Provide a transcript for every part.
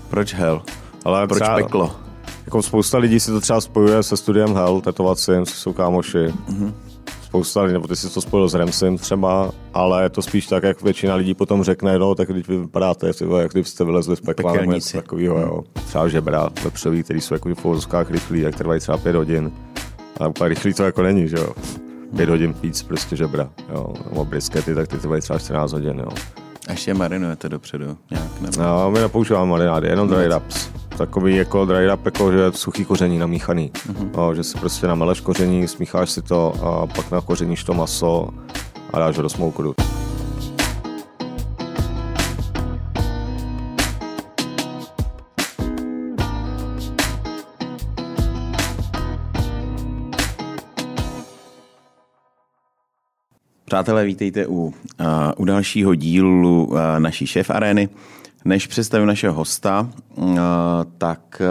Proč Hell? Ale proč třeba, peklo? Jako spousta lidí si to třeba spojuje se studiem Hell, tetovacím, co jsou kámoši. Mm-hmm. Spousta lidí, nebo ty si to spojil s Remsim třeba, ale je to spíš tak, jak většina lidí potom řekne, no, tak když vy vypadáte, jak kdybyste vylezli z pekla, nebo něco takového, jo. Třeba žebra, vepřový, který jsou jako v fouzkách rychlí, jak trvají třeba 5 hodin. A úplně rychlý to jako není, že jo. 5 hodin pít prostě žebra, jo. Nebo briskety, tak ty trvají třeba 14 hodin, jo. A ještě marinujete dopředu nějak, nebo? No, my nepoužíváme marinády, jenom dry wraps. Takový jako dry wrap, jako že suchý koření namíchaný. No, že si prostě nameleš koření, smícháš si to a pak nakořeníš to maso a dáš ho do smokeru. Přátelé, vítejte u dalšího dílu naší šéf arény. Než představím našeho hosta, tak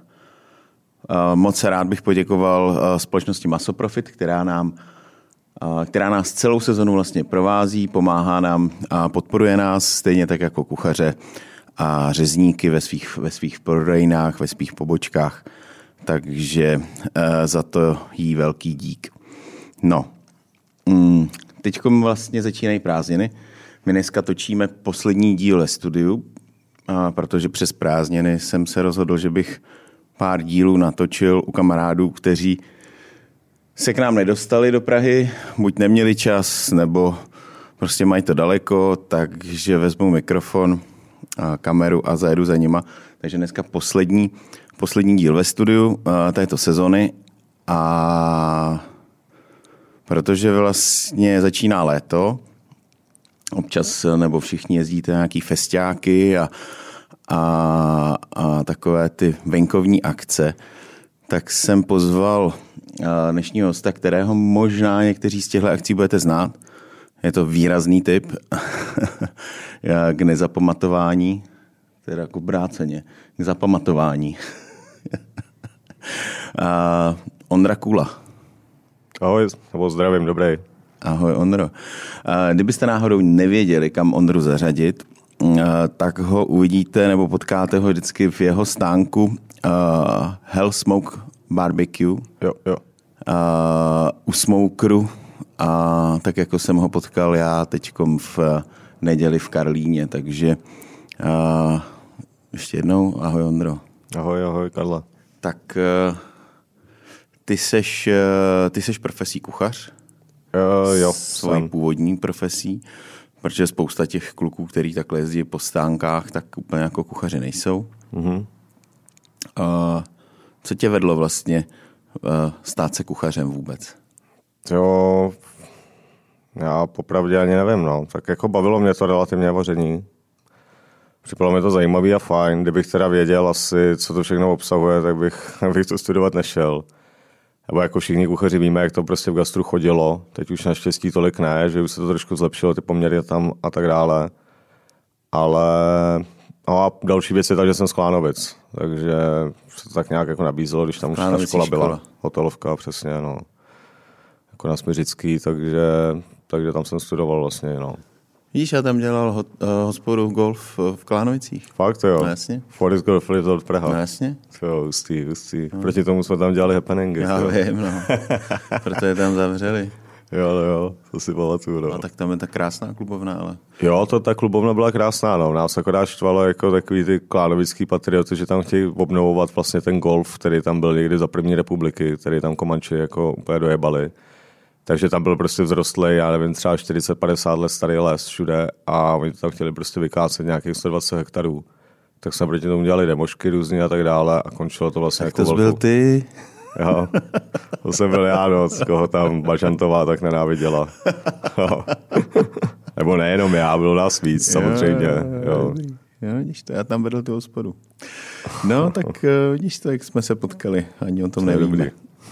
moc rád bych poděkoval společnosti Masoprofit, která nás celou sezonu vlastně provází, pomáhá nám a podporuje nás, stejně tak jako kuchaře a řezníky ve svých prodejnách, ve svých pobočkách. Takže za to jí velký dík. No, teď vlastně začínají prázdniny. My dneska točíme poslední díl ve studiu, protože přes prázdniny jsem se rozhodl, že bych pár dílů natočil u kamarádů, kteří se k nám nedostali do Prahy, buď neměli čas, nebo prostě mají to daleko, takže vezmu mikrofon, kameru a zajedu za nima. Takže dneska poslední díl ve studiu této sezony a protože vlastně začíná léto, občas nebo všichni jezdíte na nějaký festiáky a takové ty venkovní akce, tak jsem pozval dnešního hosta, kterého možná někteří z těchto akcí budete znát. Je to výrazný typ k nezapamatování, teda k obráceně, k zapamatování. Ondra Kůla. Ahoj, nebo zdravím, dobrý. Ahoj, Ondro. Kdybyste náhodou nevěděli, kam Ondru zařadit, tak ho uvidíte nebo potkáte ho vždycky v jeho stánku Hell Smoke Barbecue. Jo. U Smokeru. Tak jako jsem ho potkal já teďkom v neděli v Karlíně. Takže ještě jednou, ahoj, Ondro. Ahoj, Karla. Tak ty seš profesí kuchař? Jo, svojí původní profesí, protože spousta těch kluků, který takhle jezdí po stánkách, tak úplně jako kuchaři nejsou. Mm-hmm. Co tě vedlo vlastně stát se kuchařem vůbec? Jo, já popravdě ani nevím, no. Tak jako bavilo mě to relativně vaření. Připadalo mi to zajímavý a fajn. Kdybych teda věděl asi, co to všechno obsahuje, tak bych to studovat nešel. Nebo jako všichni kuchaři víme, jak to prostě v gastru chodilo. Teď už naštěstí tolik ne, že už se to trošku zlepšilo, ty poměry tam a tak dále. Ale no a další věc je tak, že jsem z Klánovic. Takže se to tak nějak jako nabízelo, když tam už ta škola byla. Hotelovka, přesně, no. Jako na Smiřický, takže tam jsem studoval vlastně, no. Víš, já tam dělal hospodu golf v Klánovicích. Fakt, jo? No, jasně. Forest Golf Resort Praha. No, jasně. Jo, hustý. No. Proti tomu jsme tam dělali happeningy. Já vím, no. Proto je tam zavřeli. Jo, to si pamatuju, no. A tak tam je ta krásná klubovna, ale... Jo, ta klubovna byla krásná, no. Nás akorát štvalo jako takový ty klánovický patrioty, že tam chtějí obnovovat vlastně ten golf, který tam byl někdy za první republiky, který tam Komanči jako úplně dojebali. Takže tam byl prostě vzrostlý, já nevím, třeba 40-50 let starý les všude a oni tam chtěli prostě vykácet nějakých 120 hektarů. Tak jsme proti tomu dělali demošky různý a tak dále a končilo to vlastně tak jako to byl ty? Jo, to jsem byl já, no, koho tam Bažantová tak nenáviděla. Nebo nejenom já, bylo nás víc, samozřejmě. Jo, vidíš to, já tam vedl tu hospodu. No, tak vidíš to, jak jsme se potkali, ani o tom nevíme.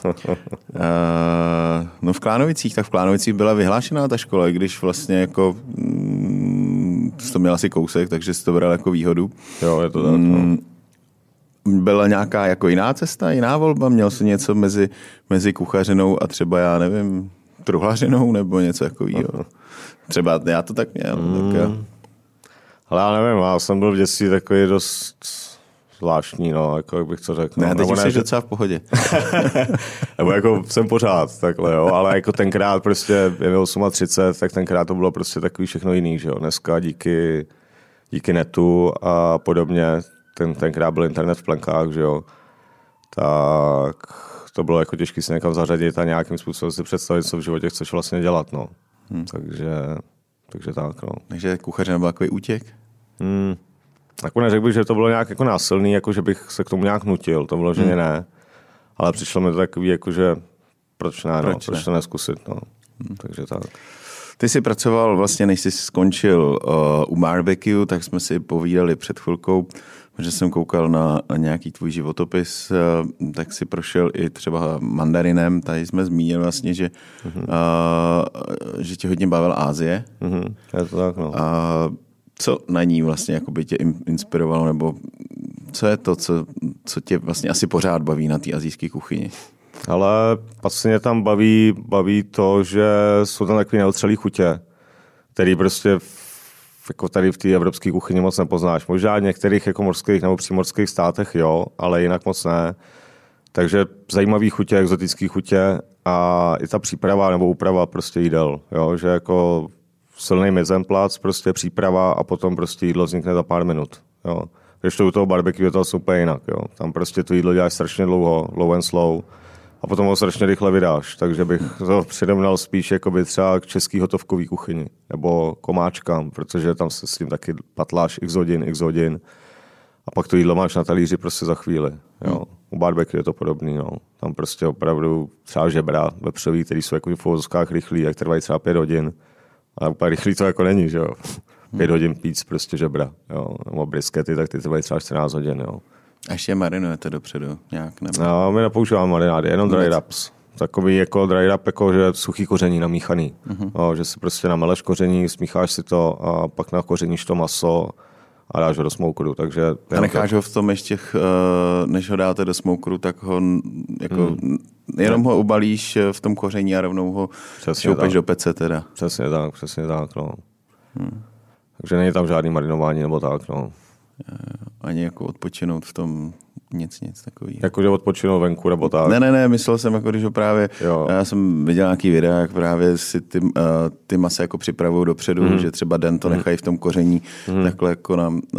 No v Klánovicích byla vyhlášená ta škola, i když vlastně jako to měl asi kousek, takže si to bral jako výhodu. Jo, je to tak, no. Byla nějaká jako jiná cesta, jiná volba? Měl jsi něco mezi kuchařinou a třeba, já nevím, truhlařinou nebo něco takového? Třeba já to tak měl. Tak... Ale já nevím, já jsem byl v dětství takový dost zvláštní, no, jako jak bych to řekl. Ne, teď už jsi docela v pohodě. Nebo jako jsem pořád takhle, jo, ale jako tenkrát prostě je mi 38, tak tenkrát to bylo prostě takový všechno jiný, že jo. Dneska díky netu a podobně, tenkrát byl internet v plenkách, že jo, tak to bylo jako těžké si někam zařadit a nějakým způsobem si představit, co v životě chceš vlastně dělat, no. Takže tak, no. Takže kuchař nebyl takový útěk? Jako neřekl bych, že to bylo nějak jako násilný, jako že bych se k tomu nějak nutil, to bylo, že ne. Ale přišlo mi to takový, jako že proč to neskusit, no. Takže tak. Ty jsi pracoval vlastně, než jsi skončil u Barbecue, tak jsme si povídali před chvilkou, že jsem koukal na nějaký tvůj životopis, tak si prošel i třeba mandarinem. Tady jsme zmínili vlastně, že tě hodně bavila Asie. Je to tak, no. Co na ní vlastně jakoby tě inspirovalo, nebo co je to, co tě vlastně asi pořád baví na té asijské kuchyni? Ale vlastně tam baví to, že jsou tam takový neotřelý chutě, který prostě jako tady v té evropské kuchyni moc nepoznáš. Možná v některých jako morských nebo přímořských státech jo, ale jinak moc ne. Takže zajímavý chutě, exotický chutě a i ta příprava nebo úprava prostě jídel, jo, že jako silný mezemplac, prostě příprava a potom prostě jídlo vznikne za pár minut, jo. Když to u toho barbecue je to úplně jinak, jo. Tam prostě to jídlo děláš strašně dlouho, low and slow, a potom ho strašně rychle vydáš, takže bych to přirovnal spíš jakoby třeba k český hotovkový kuchyni nebo komáčkám, protože tam se s tím taky patláš x hodin a pak to jídlo máš na talíři prostě za chvíli. Jo. U barbecue je to podobný, no. Tam prostě opravdu třeba žebra vepřový, který jsou jako v uvozovkách rychlý, jak trvají třeba 5 hodin. Ale úplně rychlý to jako není, že jo. 5 hodin pít prostě žebra, jo. Nebo briskety, tak ty trvají třeba 14 hodin, jo. A ještě marinujete dopředu nějak? Nebo... No, my nepoužíváme marinády, jenom dry wraps. Takový jako dry wrap, jako že suchý koření namíchaný. No, že si prostě nameleš koření, smícháš si to a pak nakořeníš to maso a dáš ho do smokeru. Takže a necháš ho v tom ještě, než ho dáte do smokeru, tak ho jako jenom ho ubalíš v tom koření a rovnou ho šoupeš do pece teda. Přesně tak, no. Takže není tam žádný marinování nebo tak, no. Ani jako odpočinout v tom nic takový. Jakože odpočinout venku nebo tak? Ne, myslel jsem, jako když ho právě, já jsem viděl nějaký videa, jak právě si ty masa jako připravují dopředu, že třeba den to nechají v tom koření, takhle jako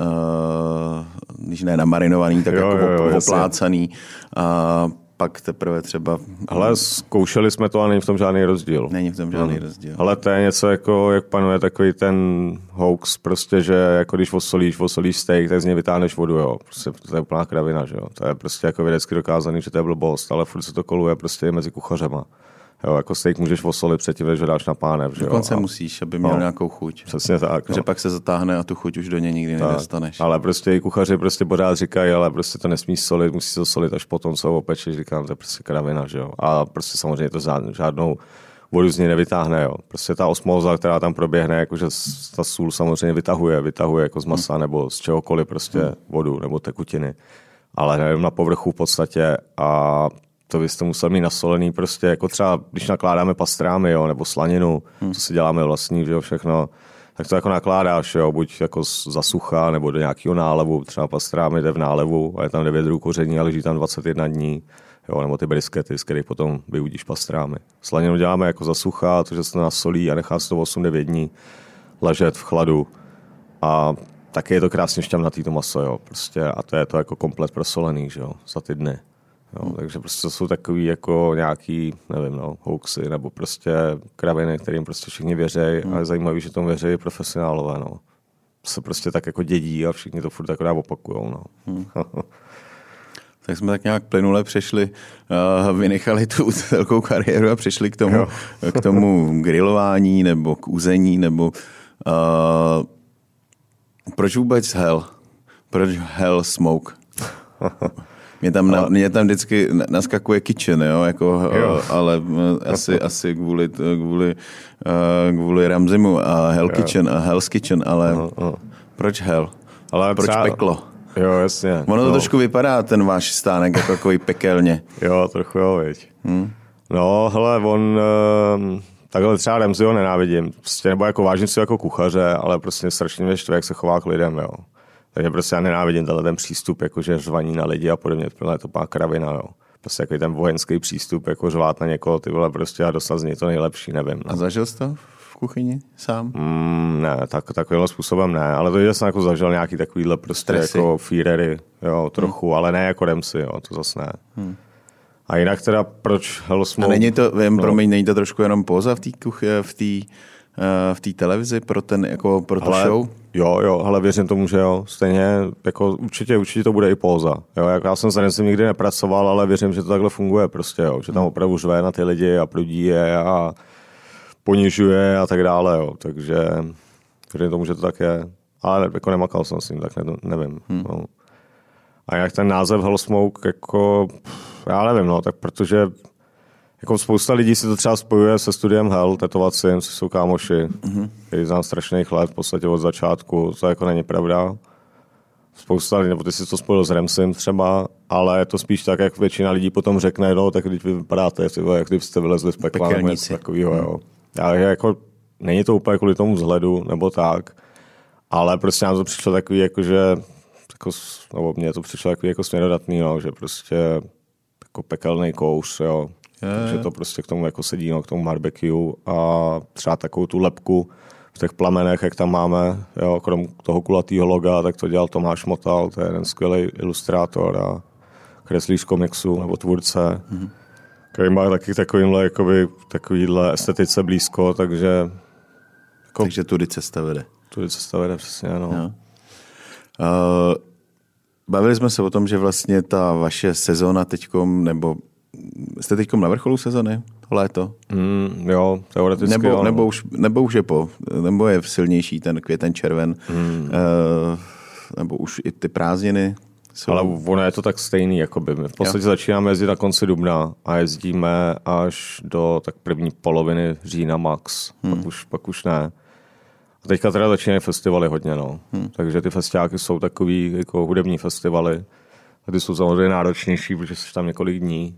když ne namarinovaný, tak jako oplácaný. A pak teprve třeba... Ale zkoušeli jsme to a není v tom žádný rozdíl. Není v tom žádný rozdíl. Ale to je něco jako, jak panuje takový ten hoax, prostě, že jako když osolíš steak, tak z něj vytáhneš vodu, jo. Prostě to je úplná kravina, že jo. To je prostě jako vědecky dokázaný, že to je blbost, ale furt se to koluje prostě i mezi kuchařema. Jo, jako steak můžeš osolit předtím, než ho dáš na pánev, že jo. Dokonce musíš, aby měl nějakou chuť. Přesně tak. Že pak se zatáhne a tu chuť už do něj nikdy nedostaneš. Ale prostě i kuchaři prostě pořád říkají, ale prostě to nesmíš solit, musíš to solit až potom, co ho opečeš, říkám, to je prostě kravina, že jo. A prostě samozřejmě to žádnou vodu z něj nevytáhne, jo. Prostě ta osmóza, která tam proběhne, jakože ta sůl samozřejmě vytahuje jako z masa nebo z čehokoliv prostě vodu nebo tekutiny. Ale nevím, na povrchu v podstatě a to byste musel mít nasolený prostě, jako třeba, když nakládáme pastrámy, jo, nebo slaninu, co si děláme vlastní, že jo, všechno, tak to jako nakládáš, jo, buď jako za sucha, nebo do nějakého nálevu, třeba pastrámy jde v nálevu a je tam 9 druhů koření a leží tam 21 dní, jo, nebo ty briskety, z kterých potom vyudíš pastrámy. Slaninu děláme jako za sucha, to, že se to nasolí a nechá se to 8-9 dní ležet v chladu a taky je to krásně šťavnatý to maso, jo, prostě, a to je to jako komplet prosolený, že jo, za ty dny. Jo, takže prostě to jsou takový jako nějaký, nevím, no, hoaxy nebo prostě kraviny, kterým prostě všichni věřejí a je zajímavý, že tomu věřejí profesionálové, no. Se prostě tak jako dědí a všichni to furt akorát opakujou, no. Tak jsme tak nějak plynule přešli, vynechali tu velkou kariéru a přešli k tomu grilování nebo k uzení, nebo proč vůbec hell? Proč hell smoke? Mě tam vždycky naskakuje kitchen, jo, jako, ale asi kvůli Ramzimu a Hell Kitchen a Hell's Kitchen, ale proč hell? Ale proč peklo? Jo, jasně. Ono to trošku vypadá, ten váš stánek, jako takový pekelně. Jo, trochu jo, viď. No, hele, takhle třeba Ramzi ho nenávidím. Prostě, nebo jako vážím si jako kuchaře, ale prostě strašně mě štve, jak se chová k lidem, jo. Takže prostě já nenávidím ten přístup, jakože řvaní na lidi a podobně, to je to pár kravina, jo. Prostě jako ten vojenský přístup, jako řvát na někoho, ty vole, prostě a dostat z něj to nejlepší, nevím. No. A zažil jsi to v kuchyni sám? Ne, takovýmhle způsobem ne, ale to, že jsem jako zažil nějaký takovýhle prostě stresy. Jako Führery, jo, trochu, ale ne jako Ramsay, jo, to zase ne. A jinak teda proč Hell Smoke? A není to, promiň, není to trošku jenom póza v té televizi pro ten, jako pro to show? Jo, ale věřím tomu, že jo. Stejně, jako určitě to bude i póza. Jo, jak já jsem s Ramsay nikdy nepracoval, ale věřím, že to takhle funguje prostě, jo. Že tam opravdu řve na ty lidi a prudí je a ponižuje a tak dále, jo. Takže věřím tomu, že to tak je. Ale jako nemakal jsem s tím, tak nevím. No. A jak ten název Hell Smoke, jako já nevím, no, tak protože jako spousta lidí si to třeba spojuje se studiem Hell, tetovacím, což jsou kámoši, který znám strašných let, v podstatě od začátku, to jako není pravda. Spousta lidí, nebo ty si to spojil s Ramsaym třeba, ale je to spíš tak, jak většina lidí potom řekne, no, tak když vy vypadáte, jak kdybyste vylezli z pekla nebo něco takového, jo. A jako, není to úplně kvůli tomu vzhledu, nebo tak, ale prostě nám to přišlo takový, jakože, jako, nebo mně to přišlo takový jako směrodatný, no, že prostě jako pekelný kouř, jo. Takže to prostě k tomu jako sedí, no, k tomu barbecue a třeba takovou tu lebku v těch plamenech, jak tam máme, jo, krom toho kulatýho loga, tak to dělal Tomáš Motal, to je jeden skvělý ilustrátor a kreslíř komiksu nebo tvůrce, který má taky takovýhle estetice blízko, takže... Jako, takže tudy cesta vede. Tudy cesta vede, přesně, no. Bavili jsme se o tom, že vlastně ta vaše sezóna teďkom, nebo jste teďkom na vrcholu sezony? Léto? Jo, teoreticky jo. Nebo už je nebo je silnější ten květen, červen, nebo už i ty prázdniny jsou... Ale ono je to tak stejný, jakoby. My v podstatě začínáme jezdit na konci dubna a jezdíme až do tak první poloviny října max, pak už ne. A teďka teda začínají festivaly hodně, no. Takže ty festiáky jsou takový jako hudební festivaly. A ty jsou samozřejmě náročnější, protože jsi tam několik dní.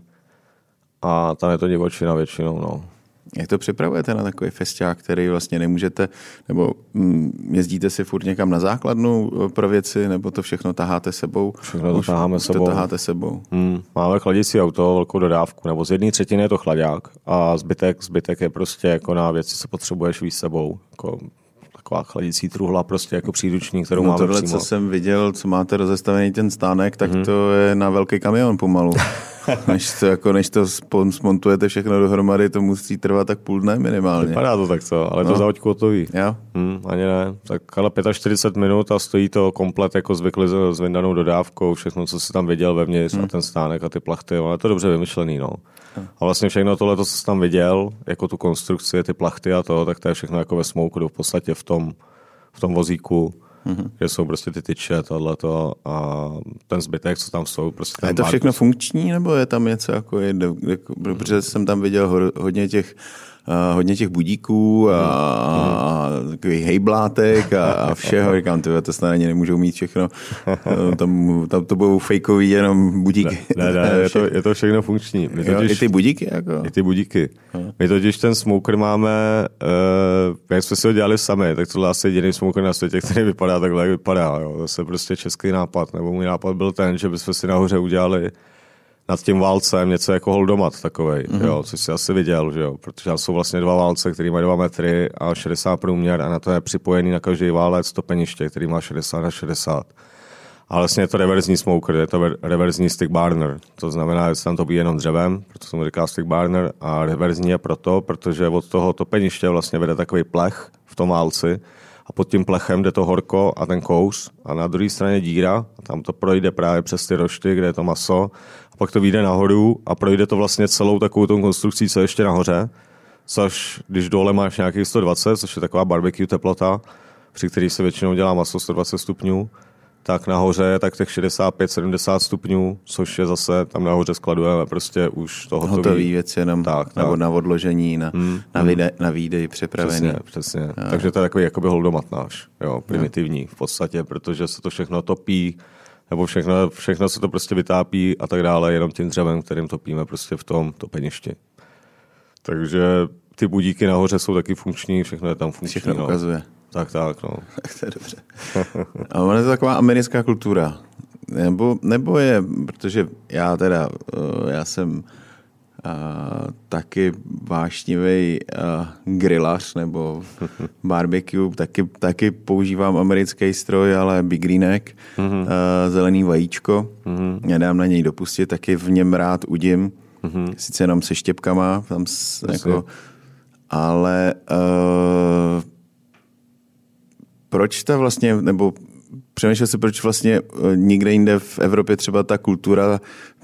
A tam je to divočina většinou, no. Jak to připravujete na takový festiák, který vlastně nemůžete, nebo jezdíte si furt někam na základnu pro věci, nebo to všechno taháte sebou? Všechno to taháme sebou. To taháte sebou. Máme chladicí auto, velkou dodávku, nebo z 1/3 je to chlaďák a zbytek je prostě jako na věci, co potřebuješ víc sebou. Jako taková chladicí truhla, prostě jako příruční, kterou máme tohle, přímo. Co jsem viděl, co máte rozestavený ten stánek, tak to je na velký kamion pomalu. než to smontujete všechno dohromady, to musí trvat tak půl dne minimálně. Vypadá to takto, ale to za hoďku hotový. Jo? Ani ne. Tak ale 45 minut a stojí to komplet jako zvykli s vyndanou dodávkou, všechno, co jsi tam viděl vevnitř a ten stánek a ty plachty, ale je to dobře vymyšlený, no. A vlastně všechno tohle, co jsi tam viděl, jako tu konstrukci, ty plachty a to, tak to je všechno jako ve Smoku, v podstatě v tom vozíku, kde jsou prostě ty tyče, tohleto a ten zbytek, co tam jsou. Prostě a je to všechno funkční, nebo je tam něco jako, protože jsem tam viděl hodně těch budíků a takových hejblátek a všeho. Říkám, to snad ani nemůžou mít všechno. Tam to budou fejkový jenom budíky. Ne, je to všechno funkční. I ty budíky? Jako? I ty budíky. My totiž ten smoker máme, jak jsme si ho dělali sami, tak tohle asi jediný smoker na světě, který vypadá takhle, jak vypadá. Jo. To je prostě český nápad. Nebo můj nápad byl ten, že bychom si nahoře udělali nad tím válcem něco jako holdomat takovej, jo, což si asi viděl, že jo, protože tam jsou vlastně 2 válce, který mají 2 metry a 60 průměr a na to je připojený na každý válec topeniště, který má 60/60. A vlastně je to reverzní smoker, je to reverzní stick burner, to znamená, že se tam topí jenom dřevem, proto se mu říká stick burner a reverzní je proto, protože od toho topeniště vlastně vede takový plech v tom válci a pod tím plechem jde to horko a ten kouř a na druhé straně díra a tam to projde právě přes ty rošty, kde je to maso a pak to vyjde nahoru a projde to vlastně celou takovou tou konstrukcí, co je ještě nahoře, což když dole máš nějakých 120, což je taková barbecue teplota, při který se většinou dělá maso 120 stupňů, tak nahoře je tak těch 65-70 stupňů, což je zase, tam nahoře skladujeme prostě už to hotový věc jenom, nebo na odložení, na výdej připravený. Přesně. Takže to je takový jakoby holdomat náš, jo, primitivní v podstatě, protože se to všechno topí, nebo všechno se to prostě vytápí a tak dále, jenom tím dřevem, kterým topíme prostě v tom topeništi. Takže ty budíky nahoře jsou taky funkční, všechno je tam funkční. Všechno ukazuje. Tak, no. Tak to je dobře. A ona je to taková americká kultura. Nebo je, protože já jsem taky vášnivý grillař nebo barbecue, taky používám americký stroj, ale Big Greenek, zelený vajíčko. Nedám na něj dopustit, taky v něm rád udím. Sice jenom se štěpkama, tam jako, ale proč ta vlastně, nebo přemýšlel si, proč vlastně nikde jinde v Evropě třeba ta kultura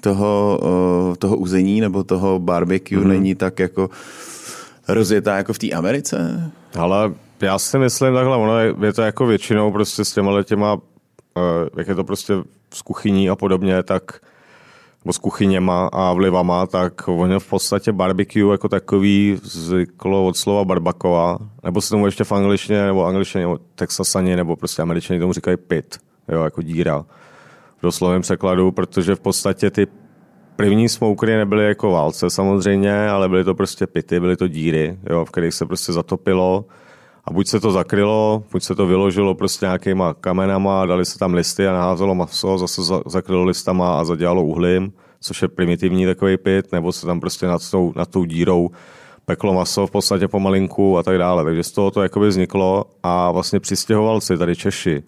toho uzení nebo toho barbecue není tak jako rozjetá jako v té Americe? Ale já si myslím takhle, ono je to jako většinou prostě s těma, jak je to prostě s kuchyní a podobně, tak nebo s kuchyněma a vlivama, tak ono v podstatě barbecue jako takový vzniklo od slova barbacoa, nebo se tomu ještě v angličtině, nebo texasani, nebo prostě Američani tomu říkají pit, jo, jako díra v doslovném překladu, protože v podstatě ty první smokery nebyly jako válce samozřejmě, ale byly to prostě pity, byly to díry, jo, v kterých se prostě zatopilo a buď se to zakrylo, buď se to vyložilo prostě nějakýma kamenama, dali se tam listy a naházelo maso, zase zakrylo listama a zadělalo uhlím, což je primitivní takový pit, nebo se tam prostě nad tou dírou peklo maso v podstatě pomalinku a tak dále. Takže z toho to jakoby vzniklo a vlastně přistěhovalci, tady Češi,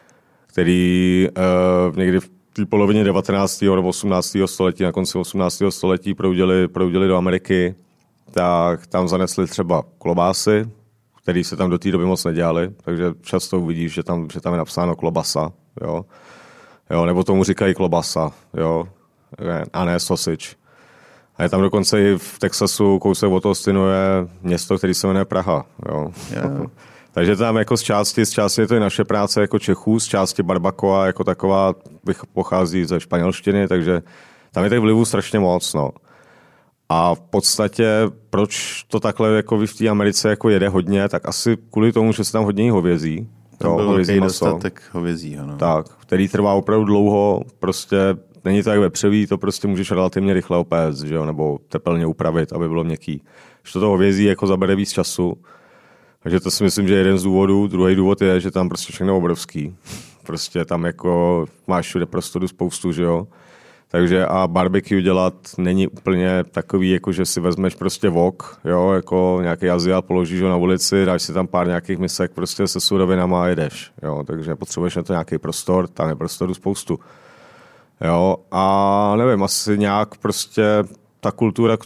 který někdy v té polovině 19. nebo 18. století, na konci 18. století proudili do Ameriky, tak tam zanesli třeba klobásy, který se tam do té doby moc nedělali, takže často uvidíš, že tam je napsáno klobasa, jo, nebo tomu říkají klobasa, jo, a ne sausage. A je tam dokonce i v Texasu, kousek od Austinu je město, který se jmenuje Praha, jo. Yeah. Takže tam jako z části je to i naše práce jako Čechů, z části barbacoa jako taková pochází ze španělštiny, takže tam je těch vlivů strašně moc, no. A v podstatě, proč to takhle jako v té Americe jako jede hodně, tak asi kvůli tomu, že se tam hodně hovězí. Tam byl velký dostatek hovězí, ano. Tak, který trvá opravdu dlouho, prostě není to jak vepřový, to prostě můžeš relativně rychle opéct, že jo, nebo tepelně upravit, aby bylo měkký. Když to hovězí jako zabere víc času, takže to si myslím, že je jeden z důvodů. Druhý důvod je, že tam prostě všechno obrovský. Prostě tam jako máš všude prostoru spoustu, že jo. Takže a barbecue dělat není úplně takový, jako že si vezmeš prostě wok, jo, jako nějaký Aziat, položíš ho na ulici, dáš si tam pár nějakých misek prostě se surovinama a jedeš, jo. Takže potřebuješ na to nějaký prostor, tam je prostoru spoustu. Jo, a nevím, asi nějak prostě ta kultura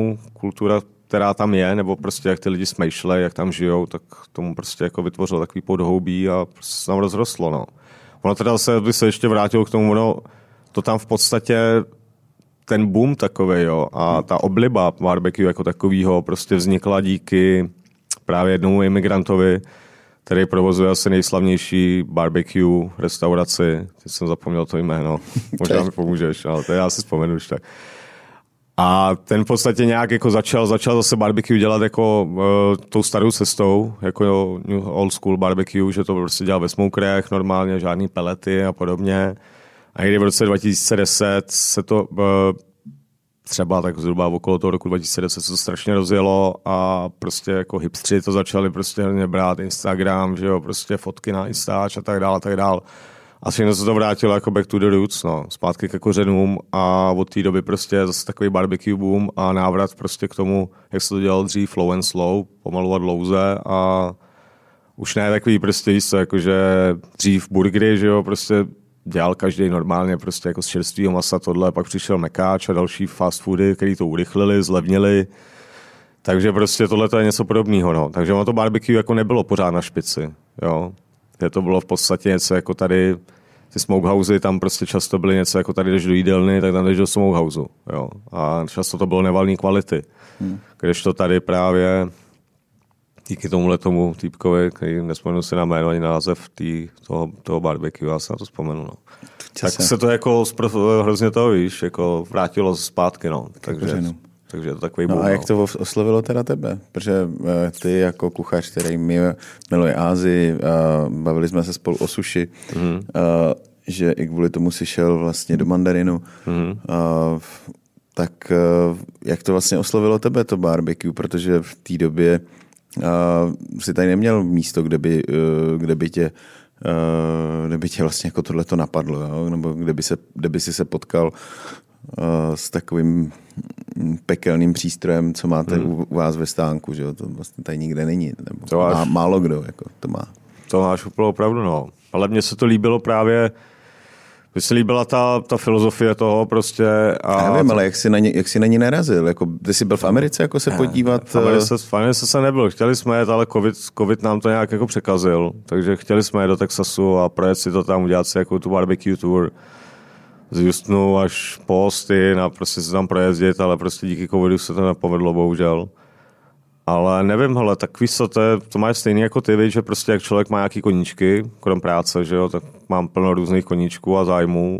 která tam je, nebo prostě jak ty lidi smýšlej, jak tam žijou, tak tomu prostě jako vytvořil takový podhoubí a prostě se tam rozrostlo, no. Ono teda by se ještě vrátilo k tomu, no, to tam v podstatě ten boom takovej, jo, a ta obliba barbecue jako takovýho prostě vznikla díky právě jednomu imigrantovi, který provozuje asi nejslavnější barbecue restauraci. Teď jsem zapomněl to jméno. Možná mi pomůžeš, ale to já si vzpomenu už tak. A ten v podstatě nějak jako začal zase barbecue dělat jako tou starou cestou, jako old school barbecue, že to prostě dělal ve smokerech normálně, žádný pelety a podobně. A někdy v roce 2010 se to třeba tak zhruba okolo toho roku 2010 se to strašně rozjelo a prostě jako hipstři to začali prostě brát Instagram, že jo, prostě fotky na Instač a tak dále. A všechno se to vrátilo jako back to the roots, no, zpátky ke kořenům a od té doby prostě zase takový barbecue boom a návrat prostě k tomu, jak se to dělalo dřív, low and slow, pomalu a dlouze a už ne takový prostě jisto, jakože dřív burgery, že jo, prostě dělal každý normálně prostě jako z čerstvého masa tohle, pak přišel mekáč a další fast foody, který to urychlili, zlevnili. Takže prostě tohle je něco podobného, no. Takže ono to barbecue jako nebylo pořád na špici, jo. Že to bylo v podstatě něco jako tady, ty smokehousey tam prostě často byly něco jako tady jdeš do jídelny, tak tam jdeš do smokehouseu, jo. A často to bylo nevalný kvality. Kdežto tady právě díky tomu týpkovi, který nespomenu si na jméno ani název toho barbecue, já se na to vzpomenu, no. Tak se to jako hrozně toho, víš, jako vrátilo zpátky, no. Takže je to takový boom. No a jak to oslovilo teda tebe? Protože ty jako kuchař, který miluje Ázii, bavili jsme se spolu o sushi, že i kvůli tomu si šel vlastně do Mandarinu, tak jak to vlastně oslovilo tebe, to barbecue? Protože v té době si tady neměl místo, kde by tě vlastně jako tohleto napadlo, jo? Nebo kde by si se potkal s takovým pekelným přístrojem, co máte u vás ve stánku, že jo? To vlastně tady nikde není, nebo málo kdo jako to má. To máš úplně opravdu, no. Ale mně se to líbilo právě, mně se líbila ta filozofie toho prostě. A nevím, ale jak jsi na ní nerazil? Jako, ty jsi byl v Americe jako se podívat? V Americe se nebyl. Chtěli jsme jet, ale COVID nám to nějak jako překazil. Takže chtěli jsme jet do Texasu a projet si to tam, udělat si jako tu barbecue tour z Houstonu až po Austin a prostě se tam projezdit, ale prostě díky covidu se to nepovedlo, bohužel. Ale nevím, hele, tak víš co, to máš stejný jako ty, víš, že prostě jak člověk má nějaký koníčky, krom práce, že jo, tak mám plno různých koníčků a zájmů.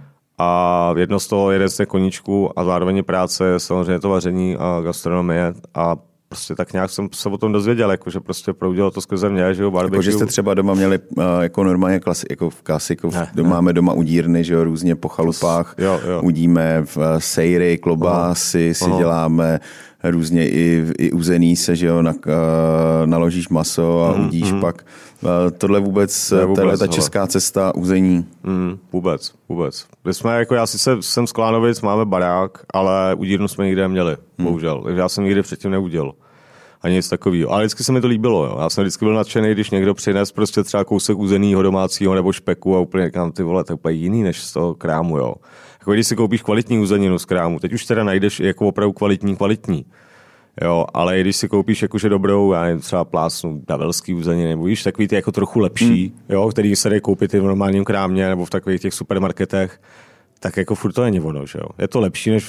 A jeden z těch koníčků a zároveň práce je samozřejmě to vaření a gastronomie a prostě tak nějak jsem se o tom dozvěděl, jako, že prostě proudilo to skrze mě, že jo, barbecue. Jako, že jste třeba doma měli jako normálně jako v klasiku, máme doma udírny, že jo, různě po chalupách, jo. Udíme v sejry, klobásy, si děláme různě i uzený se, že jo, naložíš maso a udíš pak. Tohle vůbec ta česká cesta uzení. Vůbec. My jsme, jako já sice jsem z Klánovic, máme barák, ale udírnu jsme nikdy neměli, bohužel. Takže já jsem nikdy předtím neudělal. Ani nic takového. Ale vždycky se mi to líbilo. Jo. Já jsem vždycky byl nadšený, když někdo přines prostě třeba kousek uzenýho domácího nebo špeku a úplně říkám, ty vole, to je úplně jiný než z toho krámu. Jo. Jako když si koupíš kvalitní uzeninu z krámu, teď už teda najdeš jako opravdu kvalitní. Jo, ale když si koupíš jakože dobrou, já nevím, třeba plásnu davelský uzeniny, nebo víš, takový ty jako trochu lepší, jo, který se dají koupit i v normálním krámě nebo v takových těch supermarketech, tak jako furt to není ono, že jo. Je to lepší než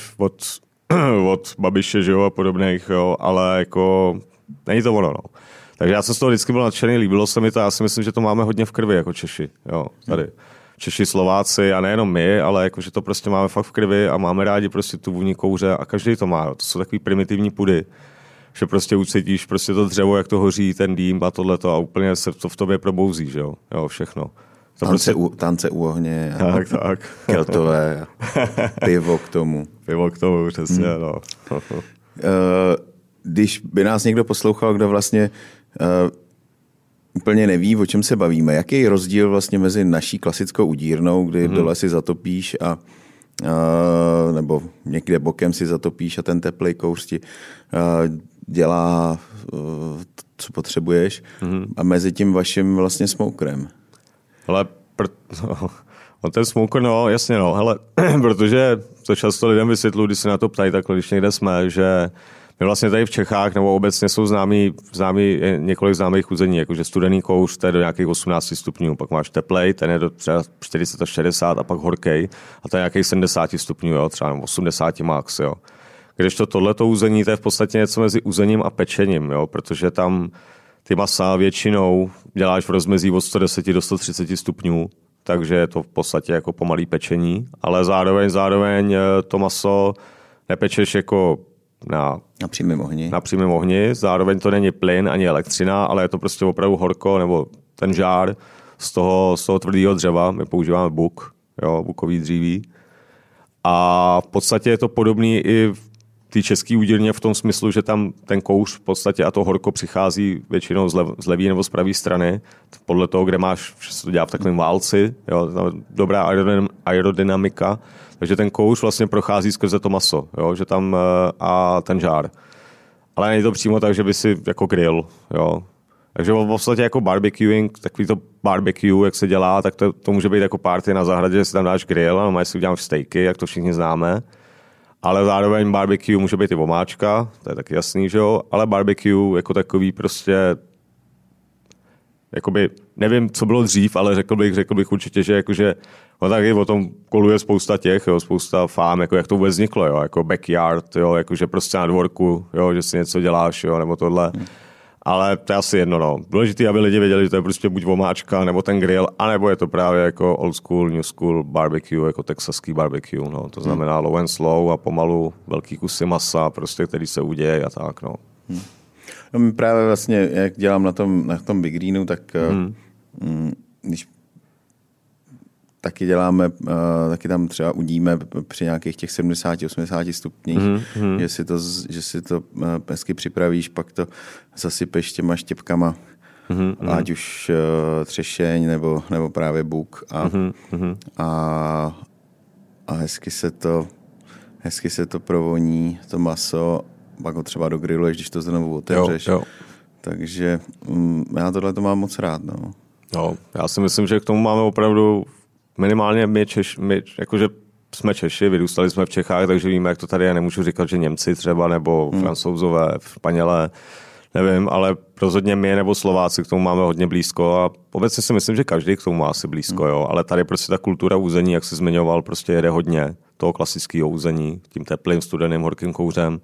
od Babiše, že jo, a podobných, jo, ale jako není to ono, no. Takže já jsem z toho vždycky byl nadšený, líbilo se mi to, já si myslím, že to máme hodně v krvi jako Češi, jo, tady. Češi, Slováci a nejenom my, ale jakože to prostě máme fakt v krvi a máme rádi prostě tu vůni kouře a každý to má. To jsou takový primitivní pudy, že prostě ucítíš prostě to dřevo, jak to hoří, ten dým a tohleto a úplně se to v tobě probouzí, že jo, všechno. Tance u ohně. Tak. Keltové. Pivo k tomu, přesně, no. Když by nás někdo poslouchal, kdo vlastně úplně neví, o čem se bavíme. Jaký je rozdíl vlastně mezi naší klasickou udírnou, kdy dole si zatopíš a nebo někde bokem si zatopíš a ten teplej kouř ti dělá, co potřebuješ, a mezi tím vaším vlastně smokerem? Hele, ten smoker, no, jasně, no, hele, protože to často lidem vysvětluji, když se na to ptají, takhle, když někde jsme, že my vlastně tady v Čechách nebo obecně jsou známí několik známých uzení, jakože studený kouř, to je do nějakých 18 stupňů, pak máš teplej, ten je do třeba 40 až 60 a pak horkej a to je nějakých 70 stupňů, jo, třeba 80 max, jo. Když tohleto uzení, to je v podstatě něco mezi uzením a pečením, jo, protože tam ty masa většinou děláš v rozmezí od 110 do 130 stupňů, takže je to v podstatě jako pomalý pečení, ale zároveň to maso nepečeš jako na přímém ohni. Zároveň to není plyn ani elektřina, ale je to prostě opravdu horko nebo ten žár z toho tvrdého dřeva. My používáme buk, jo, bukový dříví. A v podstatě je to podobný i v té české udírně v tom smyslu, že tam ten kouř v podstatě a to horko přichází většinou z levé nebo z pravé strany. Podle toho, kde máš, že se to dělá v takovém válci, jo, dobrá aerodynamika. Takže ten kouř vlastně prochází skrze to maso, jo, že tam a ten žár. Ale není to přímo tak, že by si jako grill, jo. Takže v podstatě jako barbecuing, takový to barbecue, jak se dělá, tak to může být jako party na zahradě, že si tam dáš grill a máš si udělám steaky, jak to všichni známe. Ale zároveň barbecue může být i omáčka, to je taky jasný, že jo. Ale barbecue jako takový prostě jakoby, nevím, co bylo dřív, ale řekl bych určitě, že jakože no taky o tom koluje spousta fám, jako jak to vůbec vzniklo, jo, jako backyard, jo, jakože prostě na dvorku, jo, že si něco děláš, jo, nebo tohle. Ale to je asi jedno, no. Důležitý, aby lidi věděli, že to je prostě buď omáčka, nebo ten grill, anebo je to právě jako old school, new school barbecue, jako texaský barbecue, no. To znamená low and slow a pomalu velký kusy masa, prostě, který se uděje a tak, no. No, právě vlastně, jak dělám na tom Big Greenu, tak když taky děláme, taky tam třeba udíme při nějakých těch 70-80 stupních, že si to hezky připravíš, pak to zasypeš těma štěpkama, ať už třešeň nebo právě buk a hezky se to provoní, to maso, pak ho třeba dogriluješ, když to znovu otevřeš. Jo. Takže já tohle to mám moc rád. No, já si myslím, že k tomu máme opravdu minimálně my jakože jsme Češi, vyrůstali jsme v Čechách, takže víme, jak to tady je. Nemůžu říkat, že Němci třeba, nebo Francouzové, Španělé, nevím, ale rozhodně my nebo Slováci k tomu máme hodně blízko a obecně si myslím, že každý k tomu má asi blízko, jo. Ale tady prostě ta kultura úzení, jak jsi zmiňoval, prostě jede hodně toho klasického úzení, tím teplým, studeným, horkým kouřem.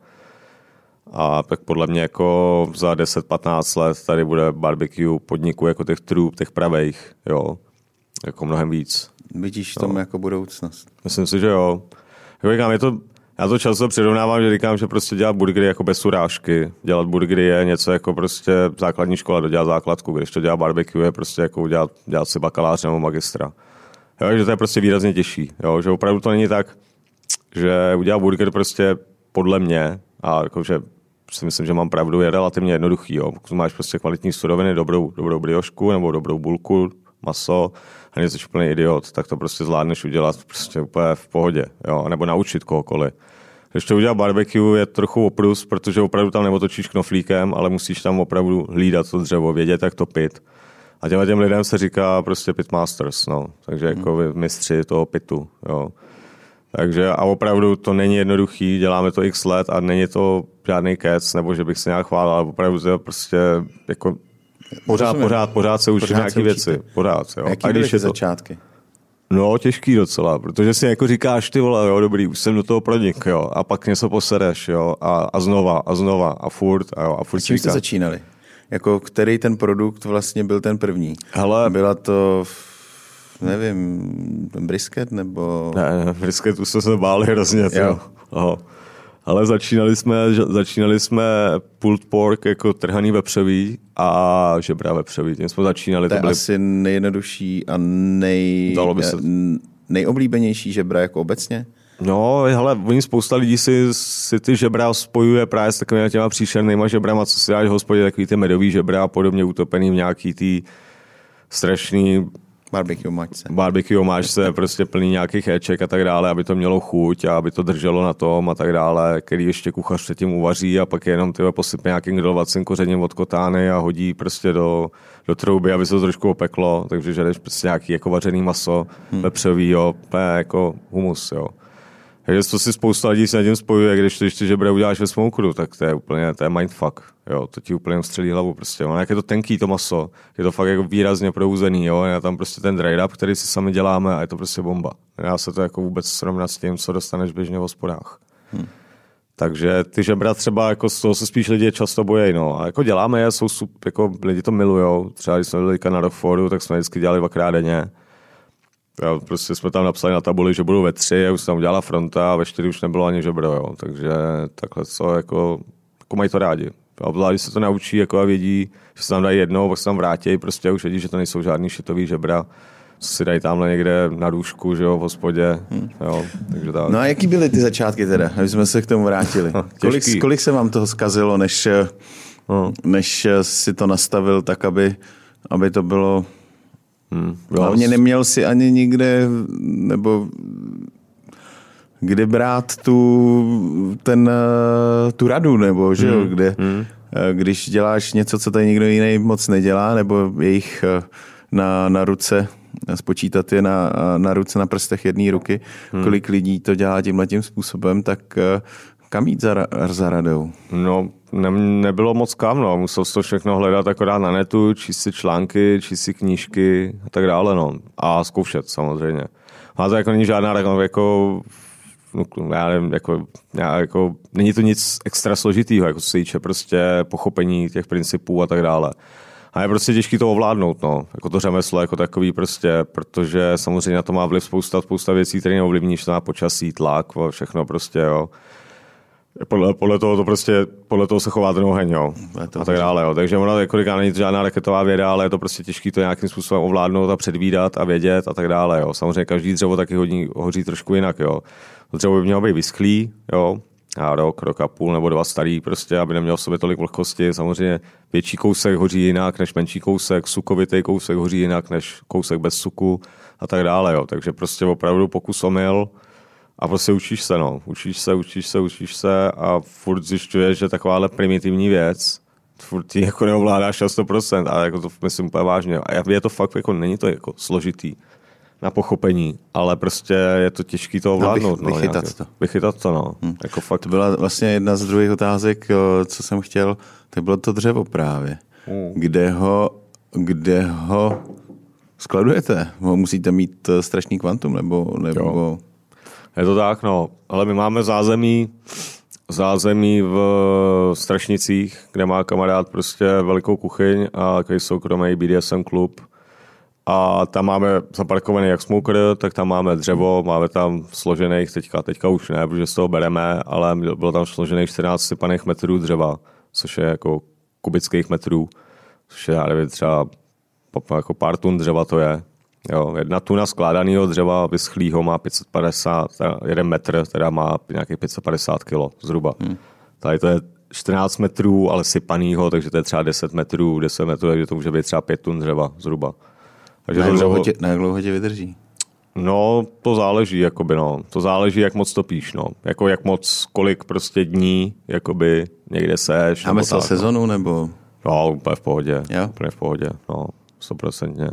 A tak podle mě jako za 10-15 let tady bude barbecue podniků jako těch trůb, těch pravejch, jo, jako mnohem víc. Vidíš v tom jako budoucnost? Myslím si, že jo. Říkám, já to často přirovnávám, že říkám, že prostě dělat burgery jako bez urážky. Dělat burgery je něco jako prostě základní škola, dodělat základku, když to dělá barbecue je prostě jako dělat si bakaláře nebo magistra. Jo, že to je prostě výrazně těžší, jo, že opravdu to není tak, že udělat burger prostě podle mě a jakože si myslím, že mám pravdu, je relativně jednoduchý. Jo. Pokud máš prostě kvalitní suroviny, dobrou briošku nebo dobrou bulku, maso a nejsi úplný idiot, tak to prostě zvládneš udělat prostě úplně v pohodě. Jo. Nebo naučit kohokoliv. Když to udělat barbecue, je trochu oprus, protože opravdu tam neotočíš knoflíkem, ale musíš tam opravdu hlídat to dřevo, vědět, jak to pit. A těm lidem se říká prostě pitmasters, no. Takže jako mistři toho pitu, jo. Takže a opravdu to není jednoduchý, děláme to x let a není to žádný kec, nebo že bych se nějak chválil, ale opravdu to je prostě jako pořád se učí nějaké věci. Pořád, jo. Jaký byly ty začátky? No, těžký docela, protože si jako říkáš, ty vole, jo, dobrý, už jsem do toho pronik, jo, a pak něco posereš, jo, a znova a furt, jo, a furt. S čím jste začínali? Jako který ten produkt vlastně byl ten první? Hele, byla to nevím, brisket nebo... Ne, brisketu jsme se báli hrozně, jo. Ale začínali jsme pulled pork jako trhaný vepřový a žebra vepřový. Tím jsme začínali. To je asi nejjednodušší a nejoblíbenější žebra jako obecně? No, hele, oni spousta lidí si ty žebra spojuje právě s takovými těma příšernýma žebrama, co si dáš v hospodě, takový ty medový žebra a podobně utopený v nějaký tý strašný Barbecue máčce, prostě plný nějakých éček a tak dále, aby to mělo chuť a aby to drželo na tom a tak dále, který ještě kuchař předtím uvaří a pak jenom posype nějakým grilovacím kořením od kotány a hodí prostě do trouby, aby se to trošku opeklo, takže žereš prostě nějaký jako vařený maso vepřovýho, jako humus, jo. Takže to si spousta lidí se na tím spojuje, když ty žebra uděláš ve smokeru, tak to je mindfuck, jo, to ti úplně střelí hlavu prostě, jo. Jak je to tenký to maso, je to fakt jako výrazně prouzený, jo, je tam prostě ten dry rub, který si sami děláme a je to prostě bomba. Nedá se to jako vůbec srovnat s tím, co dostaneš běžně v hospodách. Takže ty žebra třeba jako z toho se spíš lidi často bojí, no. A jako děláme je, jako lidi to milujou. Třeba když jsme byli na Rockfordu, tak jsme vždycky dělali 2x denně. A prostě jsme tam napsali na tabuli, že budou ve 3, a už se tam udělala fronta a ve 4 už nebylo ani žebro, jo. Takže takhle co jako mají to rádi. A když se to naučí jako a vědí, že se tam dají jednou, pak se tam vrátí, prostě už vědí, že to nejsou žádný šitový žebra, co si dají tamhle někde na důšku, že jo, v hospodě. Jo, takže tak. No a jaký byly ty začátky teda, aby jsme se k tomu vrátili? Kolik se vám toho zkazilo, než si to nastavil tak, aby to bylo... Hlavně neměl si ani nikde, nebo kde brát tu radu, nebo že jo, kde, když děláš něco, co tady nikdo jiný moc nedělá, nebo jejich na ruce, spočítat je na ruce, na prstech jedné ruky, kolik lidí to dělá tímhletím způsobem, tak kam jít za radou? No, nebylo moc kam, no. Musel jsi to všechno hledat akorát na netu, číst si články, číst si knížky a tak dále, no. A zkoušet samozřejmě. A to jako není žádná jako já nevím, jako není to nic extra složitýho, jako co se týče prostě pochopení těch principů a tak dále. A je prostě těžký to ovládnout, no. Jako to řemeslo jako takový prostě, protože samozřejmě na to má vliv spousta věcí, které neovlivníš, to má počasí, tlak, všechno prostě, jo. Podle toho se chová ten oheň, jo. A tak dále, jo. Takže ono jako říká, není to žádná raketová věda, ale je to prostě těžké to nějakým způsobem ovládnout a předvídat a vědět a tak dále, jo. Samozřejmě každý dřevo taky hoří trošku jinak, jo. To dřevo by mělo být vyschlý, jo. A rok a půl nebo 2 starý prostě, aby neměl v sobě tolik vlhkosti. Samozřejmě větší kousek hoří jinak než menší kousek, sukovitý kousek hoří jinak než kousek bez suku a tak dále, jo. Takže prostě opravdu pokus omyl. A prostě učíš se, no. Učíš se a furt zjišťuješ, že takováhle primitivní věc furt ti jako neovládáš na 100%, ale jako to myslím úplně vážně. A je to fakt, jako není to jako složitý na pochopení, ale prostě je to těžký to ovládnout. Vychytat to, no. Jako fakt. To byla vlastně jedna z druhých otázek, co jsem chtěl, tak bylo to dřevo právě. Kde ho skladujete? Musíte mít strašný kvantum, nebo... Je to tak, no. Ale my máme zázemí v Strašnicích, kde má kamarád prostě velikou kuchyň a takový soukromý BDSM klub. A tam máme zaparkovaný jak smoker, tak tam máme dřevo, máme tam složených, teďka už ne, protože z toho bereme, ale bylo tam složených 14 sypaných metrů dřeva, což je jako kubických metrů, což je, já nevím, třeba jako pár tun dřeva to je. Jo, 1 tuna skládaného dřeva vyschlýho má 550, 1 metr, teda má nějakých 550 kilo zhruba. Tady to je 14 metrů, ale sypanýho, takže to je třeba 10 metrů, takže to může být třeba 5 tun dřeva zhruba. Takže na jak dlouho tě vydrží? No, to záleží, jakoby, no. To záleží, jak moc topíš, no. Jako jak moc, kolik prostě dní, jakoby, někde seš. A myslel sezonu, nebo? No, úplně v pohodě. Jo? Úplně v pohodě, no, 100%.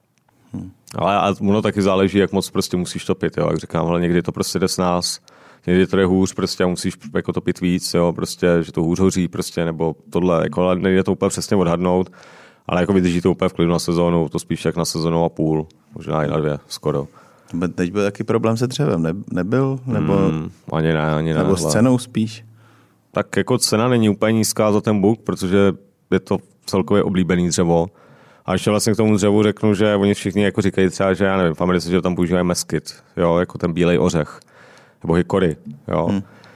Ale ono taky záleží, jak moc prostě musíš topit, jo. Jak říkám, ale někdy to prostě jde s nás, někdy to jde hůř prostě a musíš jako topit víc, jo, prostě, že to hůř hoří prostě, nebo tohle, jako, ale nejde to úplně přesně odhadnout, ale jako vydrží to úplně v klidu na sezónu, to spíš jak na sezónu a půl, možná i na 2, skoro. Teď byl taky problém se dřevem, nebyl? Nebo, ani ne. Nebo s cenou spíš? Tak jako cena není úplně nízká za ten buk, protože je to celkově oblíbený dřevo. A ještě vlastně k tomu dřevu řeknu, že oni všichni jako říkají třeba, že já nevím, v Americe, že tam používají meskyt, jo, jako ten bílej ořech, nebo hikory, jo.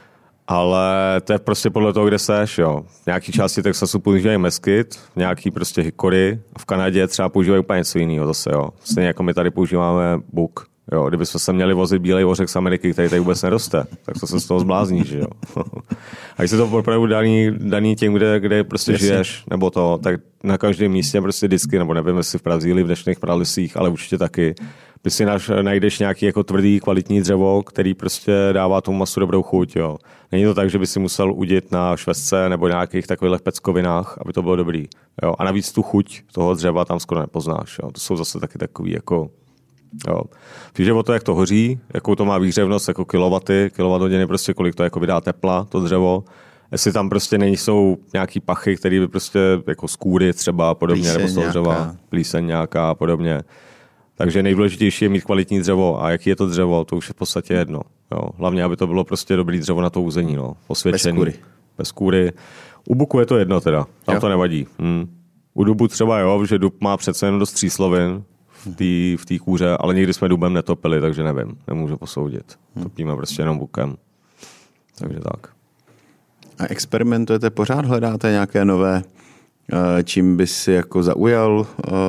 Ale to je prostě podle toho, kde seš, jo. V nějaký části Texasu používají meskyt, v nějaký prostě hikory, a v Kanadě třeba používají úplně něco jiného zase, jo. Stejně jako my tady používáme buk, jo. Kdybychom se měli vozit bílej ořech z Ameriky, který tady vůbec neroste, tak to se z toho zblázní, že jo. A když se to opravdu daný tím, kde prostě žiješ, nebo to, tak na každém místě prostě vždycky, nebo nevím, jestli v Brazílii, v dnešních pralesích, ale určitě taky, ty si najdeš nějaký jako tvrdý, kvalitní dřevo, který prostě dává tomu masu dobrou chuť, jo. Není to tak, že by si musel udit na švestce nebo nějakých takových peckovinách, aby to bylo dobrý, jo. A navíc tu chuť toho dřeva tam skoro nepoznáš, jo. To jsou zase taky takový jako, jo. Víš, o to, jak to hoří, jakou to má výhřevnost, jako kilowatthodiny, prostě kolik to jako vydá tepla, to dřevo. Jestli tam prostě nejsou nějaký pachy, které by prostě jako skůry třeba podobně, plíseň nebo z toho dřeva, plíseň nějaká a podobně. Takže nejdůležitější je mít kvalitní dřevo. A jaký je to dřevo, to už je v podstatě jedno. Jo. Hlavně, aby to bylo prostě dobrý dřevo na to území, no. Osvědčený. Bez kůry. U buku je to jedno teda, tam to nevadí. U dubu třeba jo, že dub má přece jen dost tříslovin v té kůře, ale nikdy jsme dubem netopili, takže nevím, nemůžu posoudit. Topíme prostě jenom bukem. Takže tak. A experimentujete, pořád hledáte nějaké nové, čím by si jako zaujal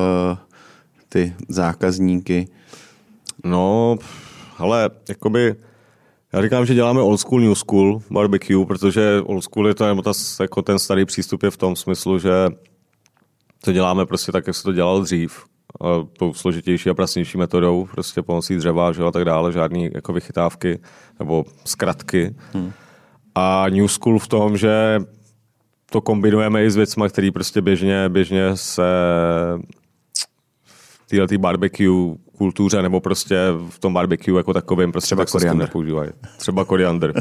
ty zákazníky? No, ale jakoby, já říkám, že děláme old school, new school barbecue, protože old school je to, nebo jako ten starý přístup je v tom smyslu, že to děláme prostě tak, jak se to dělalo dřív, tou složitější a prasnější metodou, prostě pomocí dřeva, že a tak dále, žádný jako vychytávky nebo zkratky. A new school v tom, že to kombinujeme i s věcmi, které prostě běžně se v této barbecue kultuře nebo prostě v tom barbecue jako takovým prostě třeba koriandr nepoužívají. Třeba koriandr.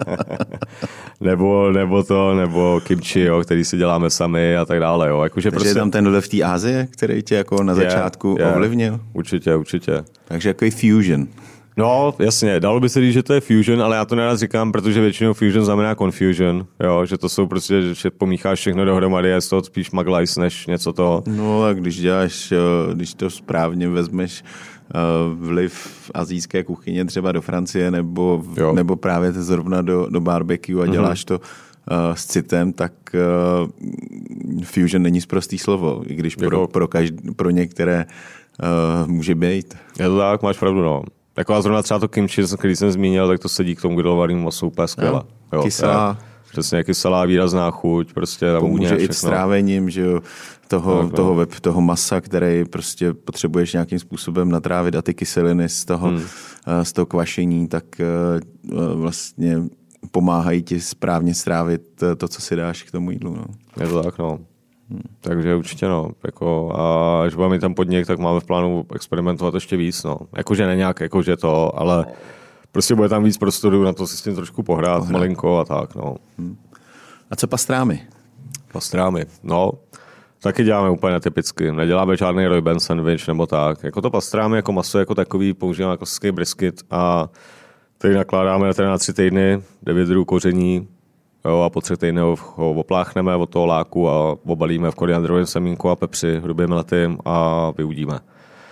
nebo kimchi, jo, který si děláme sami a tak dále. Jo. Takže prostě je tam ten v té Asie, který tě jako na začátku ovlivnil? Určitě. Takže jako fusion. No, jasně, dalo by se říct, že to je fusion, ale já to nerad říkám, protože většinou fusion znamená confusion, jo, že to jsou prostě, že pomícháš všechno dohromady, je z toho spíš maglajs než něco toho. No a když to správně vezmeš vliv asijské kuchyně třeba do Francie nebo právě zrovna do barbecue a děláš to s citem, tak fusion není sprostý slovo, i když pro některé může být. Je to tak, máš pravdu, no. Jako a zrovna třeba to kimchi, který jsem zmínil, tak to sedí k tomu grilovanému masu úplně skvěle. Kyselá. Přesně, kyselá, výrazná chuť, prostě pomůže i strávením, že jo, toho masa, který prostě potřebuješ nějakým způsobem natrávit a ty kyseliny z toho kvašení, tak vlastně pomáhají ti správně strávit to, co si dáš k tomu jídlu. No. Je to tak, no. Takže určitě, no. Jako, a až budeme mít tam podnik, tak máme v plánu experimentovat ještě víc, no. Jakože ne nějak, jakože to, ale prostě bude tam víc prostoru na to si s tím trošku pohrát malinko a tak, no. A co pastrámy? Pastrámy, no. Taky děláme úplně netypicky. Neděláme žádný Ray-Ban sandwich nebo tak. Jako to pastrámy, jako maso jako takový, používáme jako klasický brisket a tady nakládáme na 3 týdny, 9 druhů koření, jo, a po 3 týdnech ho opláchneme od toho láku a obalíme v koriandrovém semínku a pepři hrubým letým a vyudíme.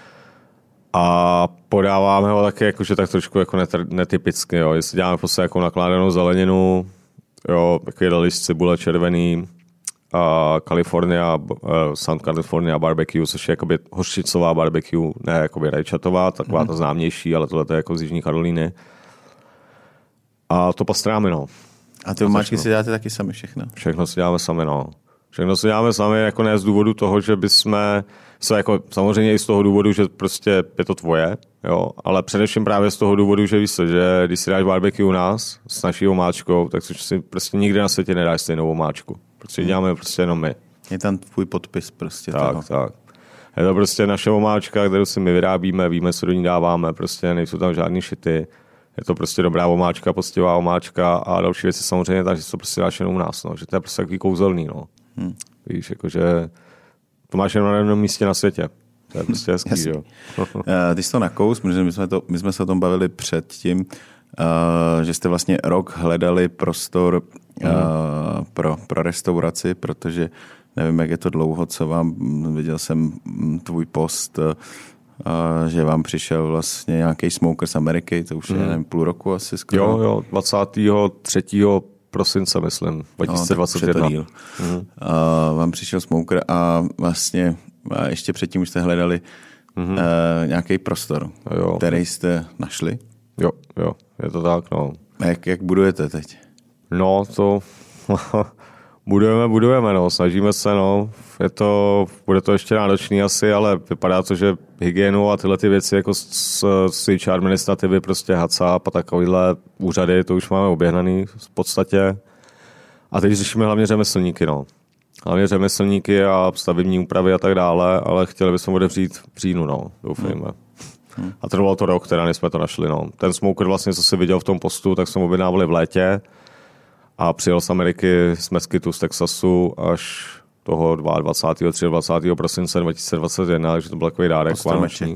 A podáváme ho taky jakože tak trošku jako netypicky, jo. Jestli děláme prostě jako nakládanou zeleninu, jo, takový lišť cibule červený, a San California barbecue, což je jakoby hořčicová barbecue, ne jakoby rajčatová, taková ta známější, ale tohle je jako z Jižní Karolíny. A to pastrámy, no. A ty omáčky si děláte taky sami všechno? Všechno si děláme sami, no. Všechno si děláme sami, jako ne z důvodu toho, že bychom, jako samozřejmě i z toho důvodu, že prostě je to tvoje, jo, ale především právě z toho důvodu, že víš co, že když si dáš barbecue u nás s naší omáčkou, tak si prostě nikdy na světě nedáš stejnou omáčku. Protože děláme prostě jenom my. Je tam tvůj podpis prostě tak, toho. Tak. Je to prostě naše omáčka, kterou si my vyrábíme, víme, co do ní dáváme, prostě nejsou tam žádný šity. Je to prostě dobrá omáčka, poctivá omáčka a další věci samozřejmě tak, že to prostě dáš jenom u nás, no. Že to je prostě takový kouzelný, no. Víš, jakože to máš jenom na jednom místě na světě. To je prostě hezký, jo. Ty jsi to nakous, my jsme se o tom bavili předtím, že jste vlastně rok hledali prostor pro restauraci, protože nevím, jak je to dlouho, co vám, viděl jsem tvůj post, že vám přišel vlastně nějaký smoker z Ameriky, to už je nevím, půl roku asi skoro. Jo, 23. prosince, myslím, 2021. No, vám přišel smoker a vlastně ještě předtím už jste hledali nějaký prostor, který jste našli. Jo, je to tak, no. A jak budujete teď? No, to budujeme, no, snažíme se, no. Bude to ještě náročný asi, ale vypadá to, že hygienu a tyhle ty věci jako z administrativy, prostě HACCP a takovýhle úřady, to už máme oběhnaný v podstatě. A teď řešíme hlavně řemeslníky, no. Hlavně řemeslníky a stavební úpravy a tak dále, ale chtěli bychom otevřít v říjnu, no, doufejme. A trvalo to rok, teda než jsme to našli, no. Ten smoker vlastně, co jsi viděl v tom postu, tak jsme objednávali v létě a přijel z Ameriky, z Mesquitu, z Texasu až toho 22. 23. prosince 2021, takže to byl takový dárek vánoční.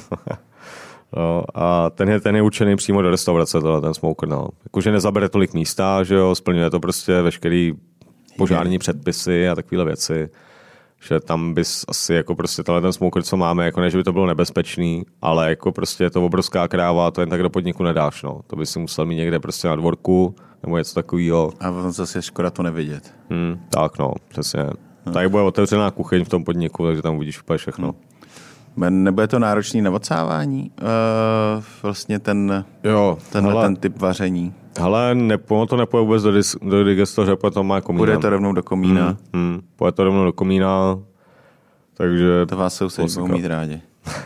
No, a ten je určený přímo do restaurace, ten smoker, no. Jakože nezabere tolik místa, že jo, splňuje to prostě veškerý požární předpisy a takovéhle věci, že tam bys asi jako prostě ten smoker, co máme, jako ne, že by to bylo nebezpečný, ale jako prostě je to obrovská kráva, to jen tak do podniku nedáš, no. To by si musel mít někde prostě na dvorku, nebo něco takového. A potom zase škoda to nevidět. Tak no, přesně. Tady bude otevřená kuchyň v tom podniku, takže tam uvidíš úplně všechno. Nebude to náročný na odsávání? Vlastně ten typ vaření? Hele, to nepůjde vůbec do digestoře, protože to má komína. Bude to rovnou do komína? Půjde to rovnou do komína, takže... To vás sousedí budou mít rádi.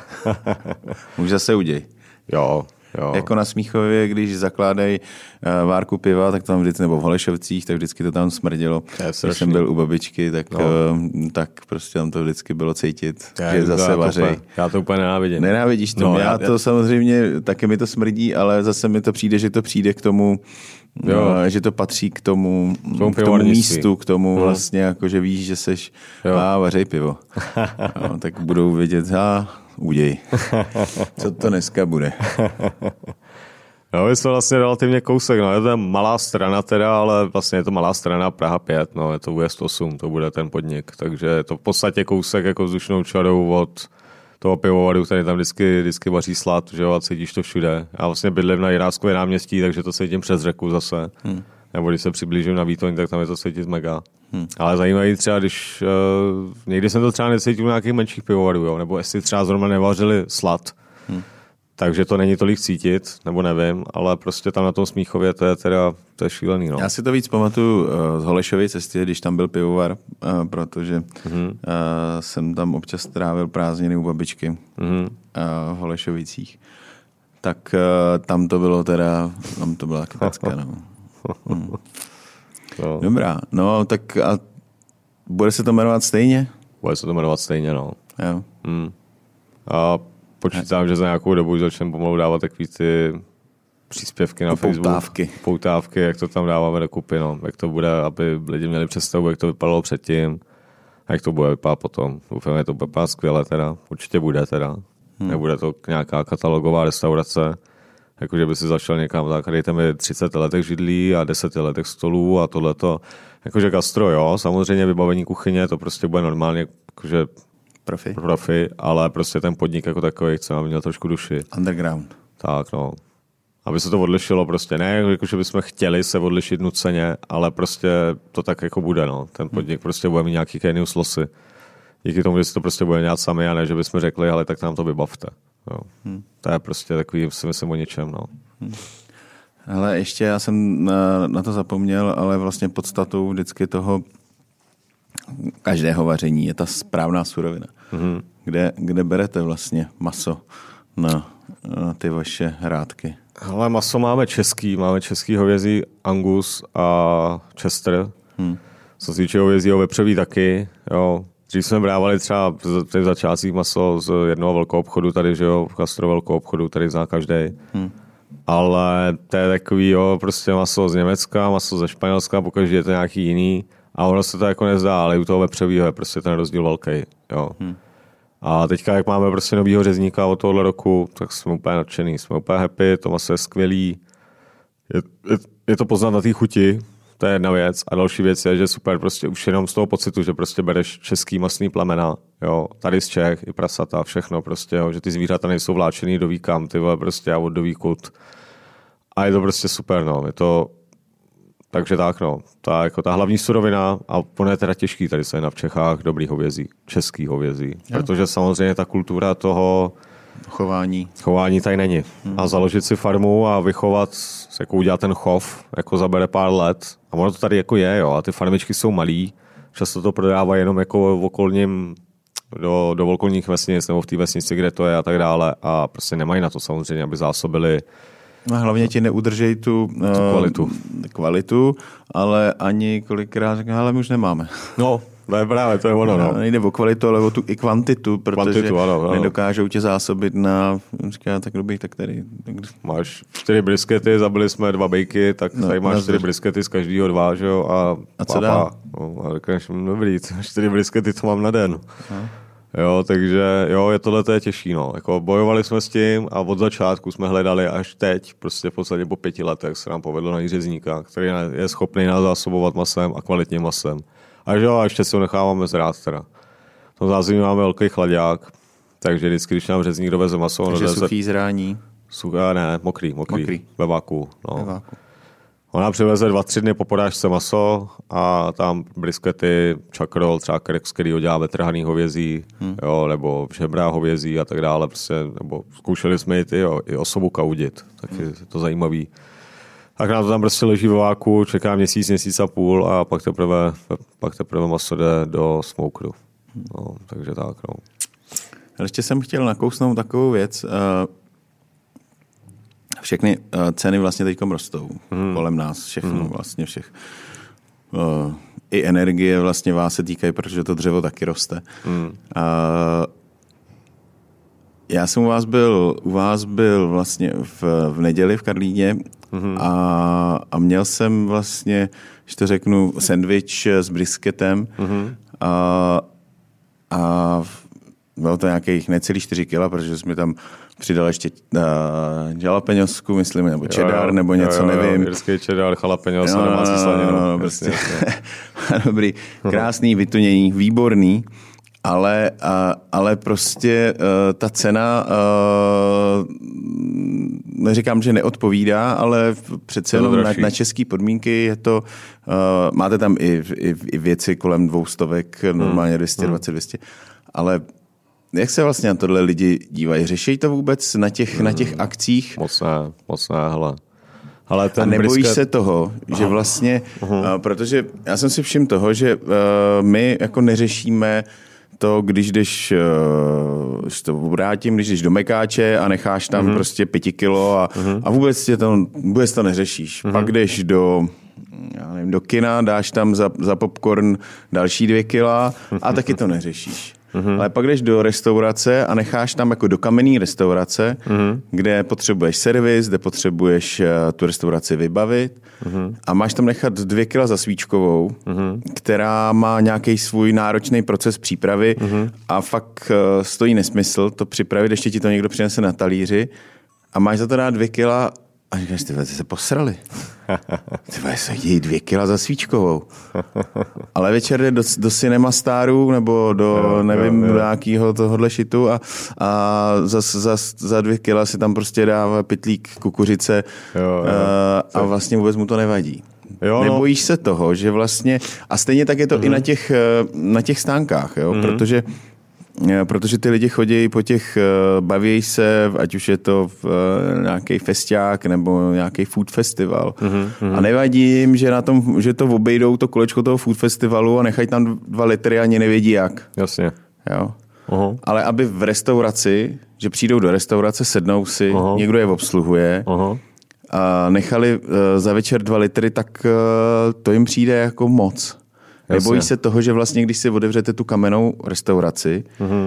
Už zase uděj. Jo. Jako na Smíchově, když zakládají várku piva, tak tam vždycky, nebo v Holešovcích, tak vždycky to tam smrdělo. Když jsem byl u babičky, tak prostě tam to vždycky bylo cítit, že zase vařej. Já to úplně nenávidím. Nenávidíš to? Já to samozřejmě, taky mi to smrdí, ale zase mi to přijde, že to přijde k tomu, že to patří k tomu místu, k tomu vlastně, jako, že víš, že seš vařej pivo. Tak budou vědět, uděj. Co to dneska bude? No, my jsme vlastně relativně kousek, no, je to malá strana teda, ale vlastně je to malá strana Praha 5, no, je to Újezd 8, to bude ten podnik, takže je to v podstatě kousek jako vzdušnou čarou od toho pivovaru, který tam vždycky vaří slad, že jo, a cítíš to všude. Já vlastně bydlím na Jiráskové náměstí, takže to cítím přes řeku zase. Nebo když se přiblížím na Výtoň, tak tam je to cítit mega. Ale zajímavý třeba, když někdy jsem to třeba necítil u nějakých menších pivovarů, jo, nebo jestli třeba zrovna nevařili slad, takže to není tolik cítit, nebo nevím, ale prostě tam na tom Smíchově to je šílený. No. Já si to víc pamatuju z Holešovy cesty, když tam byl pivovar, protože jsem tam občas trávil prázdniny u babičky v Holešovicích. Tak tam to byla taky pecka. No. No. Dobrá, no tak a bude se to jmenovat stejně? Bude se to jmenovat stejně, no. Jo. A počítám, že za nějakou dobu začneme pomalu dávat takový ty příspěvky na Facebook. Poutávky, jak to tam dáváme dokupy, no. Jak to bude, aby lidi měli představu, jak to vypadalo předtím, jak to bude vypadat potom. Doufám, že to bude vypadat skvěle teda. Určitě bude teda. Nebude to nějaká katalogová restaurace, jakože by si začal někam, tak dejte mi 30 letech židlí a 10 letech stolů a tohleto. Jakože gastro, jo, samozřejmě vybavení kuchyně, to prostě bude normálně, jakože profi, ale prostě ten podnik jako takový chce, aby měl trošku duši. Underground. Tak, no. Aby se to odlišilo prostě, ne jakože bychom chtěli se odlišit nuceně, ale prostě to tak jako bude, no. Ten podnik prostě bude mít nějaký genius lossy. Díky tomu, že si to prostě bude dělat sami a ne, že bychom řekli, ale tak nám to vybavte. Jo. To je prostě takový, si myslím o něčem, no. Ale ještě já jsem na to zapomněl, ale vlastně podstatou vždycky toho každého vaření je ta správná surovina. Kde berete vlastně maso na ty vaše hrádky? Ale maso máme český hovězí Angus a Chester. Co se týče hovězího vepřový taky, jo. Dřív jsme brávali třeba v začátcích maso z jednoho velkého obchodu tady, že jo, gastro velkého obchodu, tady zná každý. Ale to je takový, jo, prostě maso z Německa, maso ze Španělska, pokaždé je to nějaký jiný. A ono se to jako nezdá, ale u toho vepřovýho je prostě ten rozdíl velký, jo. A teďka, jak máme prostě novýho řezníka od tohohle roku, tak jsme úplně nadšený, jsme úplně happy, to maso je skvělý. Je to poznat na té chuti, to je jedna věc. A další věc je, že super prostě už jenom z toho pocitu, že prostě bereš český masný plemena, jo, tady z Čech, i prasata, všechno prostě, jo, že ty zvířata nejsou vláčený do víkam, ty vole prostě a od do výkut. A je to prostě super, no, je to, takže tak, no, ta hlavní surovina, a ono je teda těžký tady se v Čechách dobrý hovězí, český hovězí, protože samozřejmě ta kultura toho chování tady není. A založit si farmu a vychovat, jako udělat ten chov, jako zabere pár let. A ono to tady jako je, jo. A ty farmičky jsou malý. Často to prodávají jenom jako v okolním, do okolních vesnic nebo v té vesnici, kde to je a tak dále. A prostě nemají na to samozřejmě, aby zásobili. No, hlavně ti neudržej tu kvalitu, ale ani kolikrát řekne, ale my už nemáme. No, to je právě, to je ono, no. Nejde o kvalitu, ale o tu i kvantitu, protože ano. Nedokážou tě zásobit na, říká, tak dobrý, tak tady. Máš 4 briskety, zabili jsme 2 bejky, tak tady máš 4 briskety z každého 2, že jo, a co dál? No, a řekneš, dobrý, 4 briskety to mám na den. Jo, takže jo, tohle je těžší, no. Jako bojovali jsme s tím a od začátku jsme hledali až teď, prostě v podstatě po 5 letech se nám povedlo najít řezníka, který je schopný nás zásobovat masem a kvalitním masem. A jo, a ještě si ho necháváme zrát teda. V tom zázemí máme velký chlaďák, takže vždycky, když nám řezník doveze maso... Takže suchý zrání? Ne, mokrý. Ve váku. No. Ona přiveze 2-3 dny po podážce maso a tam briskety, čakrol, třeba z kterýho děláme trhaný hovězí, jo, nebo žebrá hovězí a tak dále. Prostě, nebo zkoušeli jsme i osobu kaudit, tak je to zajímavý. Tak nám to tam prostě leží ve váku, čeká měsíc a půl a pak teprve maso jde do smokeru. No, takže tak, no. Ještě jsem chtěl nakousnout takovou věc. Všechny ceny vlastně teďkom rostou kolem nás, všechno vlastně všech. I energie vlastně vás se týkají, protože to dřevo taky roste. Já jsem u vás byl vlastně v neděli v Karlíně a měl jsem vlastně, když to řeknu, sendvič s brisketem a bylo to nějakých necelých 4 kila, protože jsme tam přidal ještě jalapeňosku, myslím, nebo cheddar, nebo něco, nevím. Jirský cheddar, jalapeňos, domácí slaninu. Prostě. Dobrý, krásný vytunění, výborný. ale prostě ta cena, neříkám, že neodpovídá, ale přece jenom na české podmínky je to, máte tam i věci kolem 200, normálně 220, 200, ale jak se vlastně na tohle lidi dívají? Řeší to vůbec na těch akcích? Moc ne, hele. A nebojíš se toho, že vlastně, protože já jsem si všiml toho, že my jako neřešíme to, když jdeš, to obrátím, když jdeš do Mekáče a necháš tam prostě 5 kilo a vůbec to neřešíš. Pak jdeš do kina, dáš tam za popcorn další 2 kila a taky to neřešíš. Ale pak jdeš do restaurace a necháš tam jako do kamenné restaurace, kde potřebuješ servis, kde potřebuješ tu restauraci vybavit a máš tam nechat 2 kila za svíčkovou, která má nějaký svůj náročný proces přípravy a fakt stojí nesmysl to připravit, ještě ti to někdo přinese na talíři a máš za to dát 2 kila a říkáš, ty se posrali. Ty se jí 2 kila za svíčkovou. Ale večer jde do Cinema Staru nebo do nějakého tohohle šitu a za 2 kila si tam prostě dává pytlík kukuřice a vlastně vůbec mu to nevadí. Nebojíš se toho, že vlastně, a stejně tak je to i na těch stánkách, jo? Protože ty lidi chodí po těch, baví se, ať už je to nějaký festiák nebo nějaký food festival. A nevadí jim, že to obejdou to kolečko toho food festivalu a nechají tam 2 litry ani nevědí jak. Jasně. Jo. Ale aby v restauraci, že přijdou do restaurace, sednou si, někdo je obsluhuje a nechali za večer 2 litry, tak to jim přijde jako moc. Nebojí se toho, že vlastně, když si otevřete tu kamennou restauraci,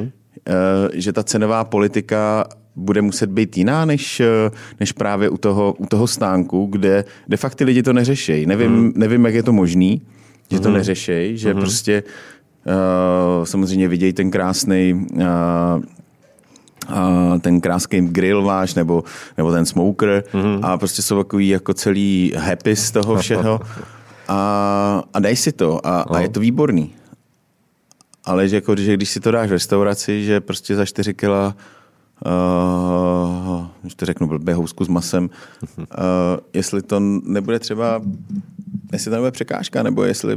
že ta cenová politika bude muset být jiná, než právě u toho stánku, kde de facto ty lidi to neřešejí. Nevím, jak je to možný, že to neřešejí, že prostě samozřejmě vidějí ten krásný grill váš, nebo ten smoker a prostě jsou takový jako celý happy z toho všeho. A dej si to a je to výborný. Ale že když si to dáš v restauraci, že prostě za 4 kila když to řeknu blbě, housku s masem, jestli to nebude třeba, jestli to nebude překážka, nebo jestli...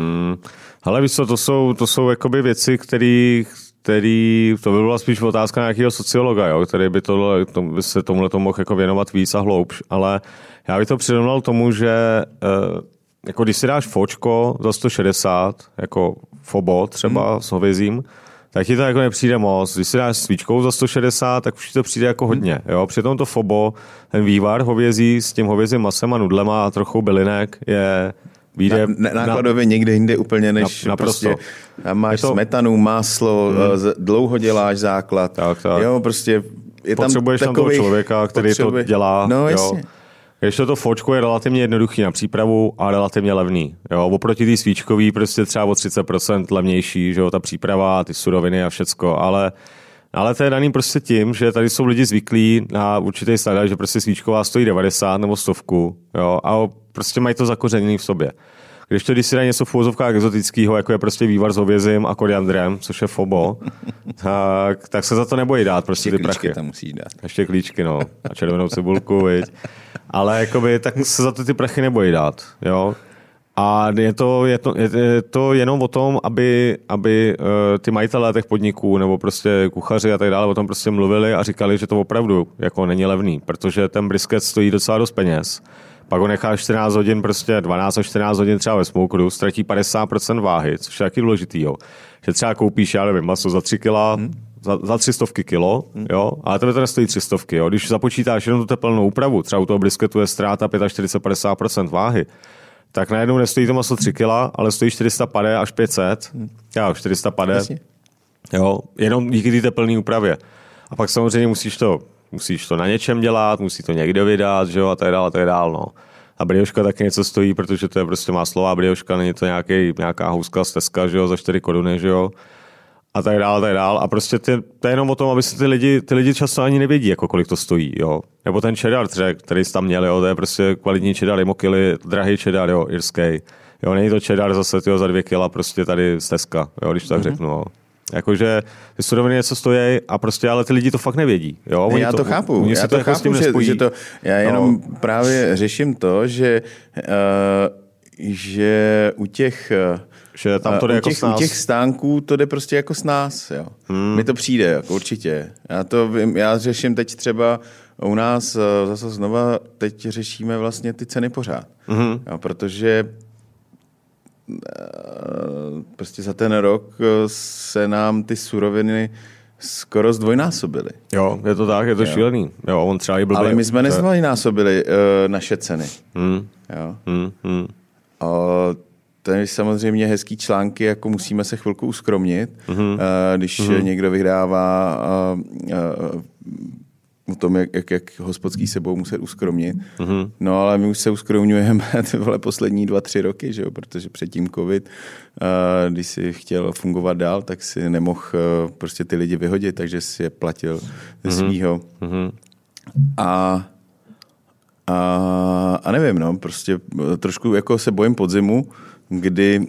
Ale víš co, to jsou jakoby věci, který to by byla spíš otázka nějakého sociologa, jo, který by se tomuhle mohl jako věnovat víc a hloubš, ale já bych to přirovnal tomu, že jako když si dáš fočko za 160, jako fobo třeba s hovězím, tak ti to jako nepřijde moc. Když si dáš svíčkou za 160, tak už to přijde jako hodně. Jo? Přitom to fobo, ten vývar hovězí s tím hovězím masem a nudlema a trochu bylinek je... Nákladově někde jinde úplně než prostě máš smetanu, máslo, dlouho děláš základ. Tak. Jo, prostě je potřebuješ tam toho člověka, který to dělá. No, jasně. Když to fočko je relativně jednoduchý na přípravu a relativně levný. Jo, oproti té svíčkový prostě třeba o 30% levnější, že jo, ta příprava, ty suroviny a všecko, ale to je daný prostě tím, že tady jsou lidi zvyklí na určitý standard, že prostě svíčková stojí 90 nebo 100, jo, a prostě mají to zakořeněný v sobě. Když si dají něco v úvozovkách exotického, jako je prostě vývar s hovězím a koriandrem, což je fobo, tak se za to nebojí dát prostě ty prachy. Tam musíš dát. Ještě klíčky, no. A červenou cibulku, viď. Ale jakoby, tak se za to ty prachy nebojí dát, jo. A je to jenom o tom, aby ty majitelé těch podniků nebo prostě kuchaři a tak dále o tom prostě mluvili a říkali, že to opravdu jako není levný, protože ten brisket stojí docela dost peněz. Pak ho necháš 14 hodin, prostě 12 až 14 hodin třeba ve smokeru, ztratí 50% váhy, což je taky důležitý, jo. Že třeba koupíš, já nevím, maso za 3 kila, za 300 kilo, jo, ale tebe to nestojí 300, jo. Když započítáš jenom tu tepelnou úpravu, třeba u toho brisketu je ztráta 45-50% váhy, tak najednou nestojí to maso 3 kila, ale stojí 450 až 500, 450, jo, jenom díky té tepelné úpravě. A pak samozřejmě musíš to na něčem dělat, musí to někde vydat, že jo, a tak dále, no. A brioška taky něco stojí, protože to je prostě máslová brioška, není to nějaká houska z Teska, že jo, za 4 koruny, že jo. A tak dále. A prostě to je jenom o tom, aby se ty lidi často ani nevědí, jako kolik to stojí, jo. Nebo ten cheddar, který jsi tam měl, jo, to je prostě kvalitní cheddar, Imokily, drahý cheddar, jo, irský. Jo, není to cheddar zase, tyjo, za 2 kila prostě tady z Teska, jo, když to tak řeknu, jo. Jakože ty suroviny něco stojí a prostě, ale ty lidi to fakt nevědí. Jo? Já to chápu, já to chápu, že to, já jenom právě řeším to, že u těch že tam to jde jako u těch stánků to jde prostě jako s nás. Jo. Mi to přijde, jako určitě. Já řeším teď třeba u nás zase znova, teď řešíme vlastně ty ceny pořád. Jo, protože prostě za ten rok se nám ty suroviny skoro zdvojnásobily. Jo, je to tak, je to šílený. Jo, on třeba i blbý. Ale my jsme nezdvojnásobili naše ceny. Jo. To je samozřejmě hezký články, jako musíme se chvilku uskromnit, když někdo vyhrává o tom, jak hospodský sebou muset uskromnit. No ale my už se uskromňujeme poslední 2-3 roky, že jo? Protože předtím covid, když si chtěl fungovat dál, tak si nemohl prostě ty lidi vyhodit, takže si je platil ze svýho. A nevím, no, prostě trošku jako se bojím podzimu, kdy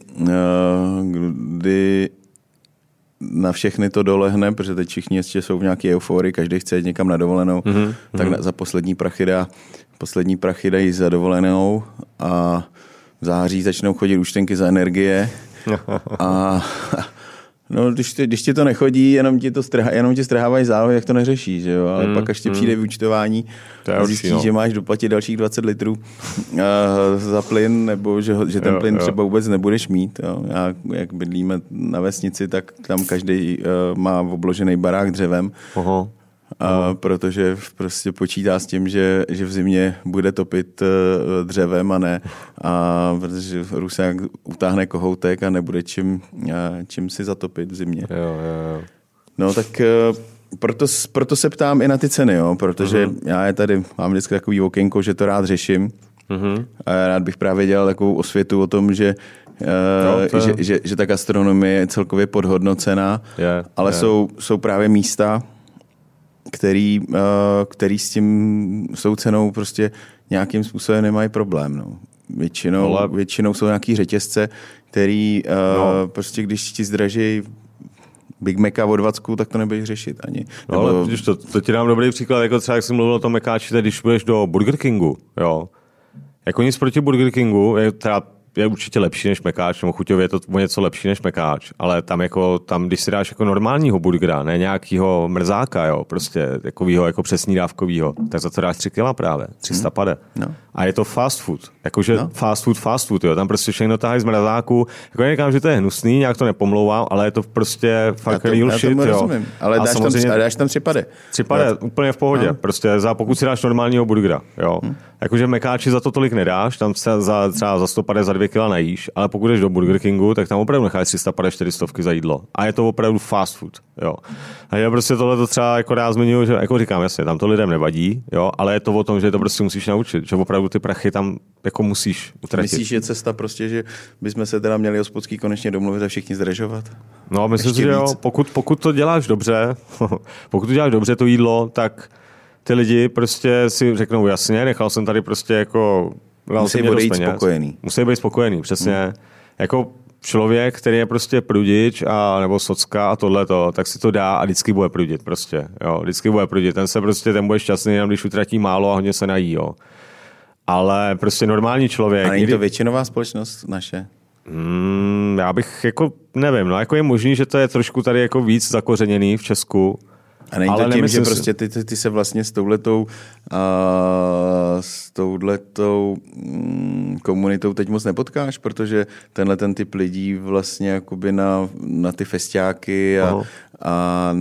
na všechny to dolehne, protože teď všichni ještě jsou v nějaké euforii, každý chce jít někam na dovolenou, tak za poslední prachy dají za dovolenou a v září začnou chodit účtenky za energie a no, když ti to nechodí, jenom ti strhávají zálohy, jak to neřešíš, že jo? Ale pak až ti přijde vyúčtování a zjistíš, že máš doplatit dalších 20 litrů za plyn, nebo že ten plyn třeba vůbec nebudeš mít. Jo? Jak bydlíme na vesnici, tak tam každý má obložený barák dřevem, protože prostě počítá s tím, že v zimě bude topit dřevem a ne, protože Rusák utáhne kohoutek a nebude čím si zatopit v zimě. Jo. No tak proto se ptám i na ty ceny, jo, protože já je tady mám vždycky takový okénko, že to rád řeším a rád bych právě dělal takovou osvětu o tom, že že ta gastronomie je celkově podhodnocená, ale jsou právě místa, který s tím tou cenou prostě nějakým způsobem nemají problém. No. Většinou jsou nějaký řetězce, který prostě když ti zdraží Big Maca od 20, tak to nebudeš řešit ani. No, ale to ti dám dobrý příklad, jako třeba jak jsem mluvil o tom mekáči, když budeš do Burger Kingu, jo. Jako nic proti Burger Kingu, je určitě lepší než mekáč, nebo chuťově je to o něco lepší než mekáč, ale tam, když si dáš jako normálního burgera, ne nějakýho mrzáka, jo, prostě takovýho jako přesnídávkovýho, tak za to dáš 3 kila právě, 300 pade. No. A je to fast food, jakože fast food, jo, tam prostě všechno tahají z mrzáku, jako neříkám, že to je hnusný, nějak to nepomlouvám, ale je to prostě fakt real shit, jo. Rozumím, ale dáš tam 3 pade. 3 pade, úplně v pohodě, prostě pokud si dáš normálního burgera, jo. Jakože mekáči za to tolik nedáš, tam třeba za 100 pade za 2 kila najíš, ale pokud jdeš do Burger Kingu, tak tam opravdu necháš 300 pade 400 za jídlo. A je to opravdu fast food, jo. A já prostě tohle to třeba jako rád zmiňuji, že jako říkám, jasně, tam to lidem nevadí, jo, ale je to o tom, že to prostě musíš naučit, že opravdu ty prachy tam jako musíš utratit. Myslíš, že je cesta prostě, že bychom se teda měli hospodský konečně domluvit a všichni zdražovat? No, myslím si, že jo, pokud to děláš dobře, to jídlo, tak ty lidi prostě si řeknou jasně, nechal jsem tady prostě jako... Musí být spokojený. Musí být spokojený, přesně. Jako člověk, který je prostě prudič a nebo socka a tohleto, tak si to dá a vždycky bude prudit prostě. Jo, vždycky bude prudit. Ten bude šťastný, jenom když utratí málo a hodně se nají, jo. Ale prostě normální člověk... A není to většinová společnost naše? Já bych jako, nevím, no jako je možný, že to je trošku tady jako víc zakořeněný v Česku. A není to tím, že prostě ty se vlastně s touhletou komunitou teď moc nepotkáš, protože ten typ lidí vlastně jakoby na ty festiáky a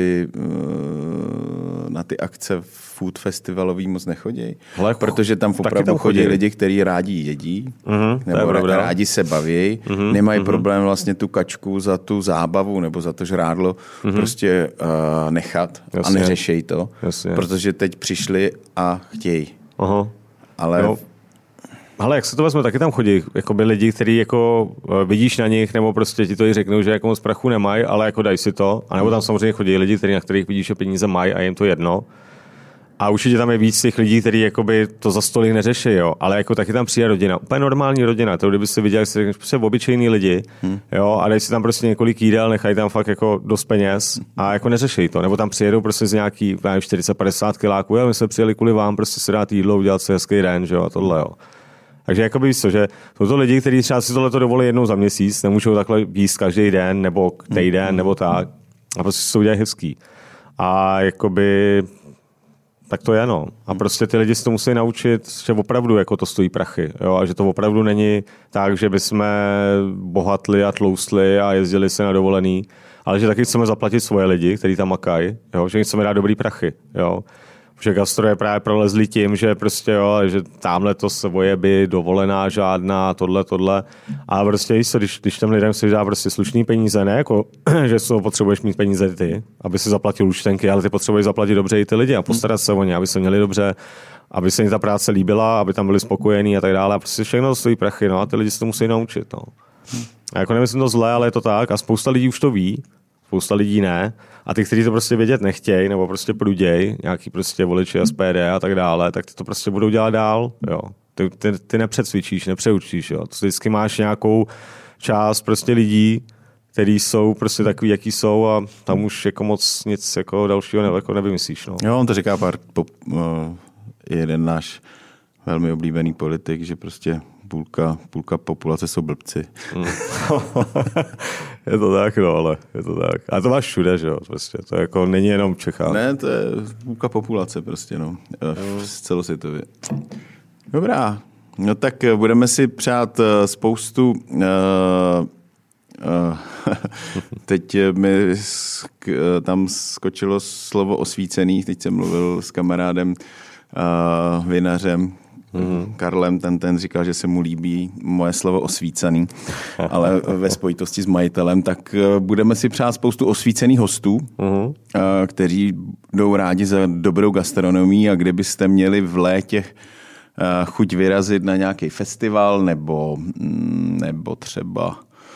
na ty akce food festivalový moc nechodí. Protože tam opravdu chodí lidi, kteří rádi jedí, nebo rádi se baví, nemají problém vlastně tu kačku za tu zábavu nebo za to žrádlo prostě nechat a neřešej to, protože teď přišli a chtějí. Ale... Jo. Ale jak se to vezme, taky tam chodí jakoby lidi, kteří jako vidíš na nich, nebo prostě ti to i řeknou, že jako moc prachu nemají, ale jako daj si to. A nebo tam samozřejmě chodí lidi, na kterých vidíš, že peníze mají a jim to jedno. A určitě tam je víc těch lidí, kteří jakoby to za stolik neřeší, jo, ale jako taky tam přijde rodina, úplně normální rodina, to kdybyste viděli, že prostě obyčejní lidi, jo, a dají si tam prostě několik jídel, nechají tam fakt jako dost peněz a jako neřeší to, nebo tam přijedou prostě z nějaký 40-50 kiláků, jo, my jsme přijeli kvůli vám prostě si dát jídlo, udělat si hezký den, že jo, a tohle, jo. Takže jakoby víš to, že jsou to lidi, kteří třeba si tohleto dovolí jednou za měsíc, nemůžou takhle jíst každý den nebo týden nebo tak, a prostě se to udělají hezký. A jakoby tak to je, no. A prostě ty lidi si to musí naučit, že opravdu jako to stojí prachy. Jo? A že to opravdu není tak, že bychom bohatli a tloustli a jezdili se na dovolený, ale že taky chceme zaplatit svoje lidi, kteří tam makají, že chceme dát dobrý prachy. Jo? Že gastro je právě prolezlý tím, že prostě jo, že tamhle to se vojeby, dovolená žádná, tohle. A prostě víš co, když těm lidem si dá prostě slušný peníze, ne jako, že potřebuješ mít peníze ty, aby si zaplatil účtenky, ale ty potřebuješ zaplatit dobře i ty lidi a postarat se o ně, aby se měli dobře, aby se jim ta práce líbila, aby tam byli spokojení a tak dále. A prostě všechno to stojí prachy, no, a ty lidi se to musí naučit. No. A jako nemyslím to zlé, ale je to tak a spousta lidí už to ví, spousta lidí ne. A ty, kteří to prostě vědět nechtějí, nebo prostě pruděj, nějaký prostě voliči SPD a tak dále, tak ty to prostě budou dělat dál. Jo. Ty nepředcvičíš, nepřeučíš. Jo. To vždycky máš nějakou část prostě lidí, kteří jsou prostě takový, jaký jsou a tam už jako moc nic jako dalšího jako nevymyslíš. No. Jo, on to říká jeden náš velmi oblíbený politik, že prostě půlka populace jsou blbci. Je to tak, no, ale je to tak. A to máš všude, že jo, prostě. To jako není jenom v Čechách. Ne, to je půlka populace prostě, no. Celosvětově. Dobrá. No tak budeme si přát spoustu... teď mi tam skočilo slovo osvícený, teď jsem mluvil s kamarádem vinařem, Karlem, ten říkal, že se mu líbí moje slovo osvícený, ale ve spojitosti s majitelem, tak budeme si přát spoustu osvícených hostů, kteří jdou rádi za dobrou gastronomii a kdybyste měli v létě chuť vyrazit na nějaký festival nebo třeba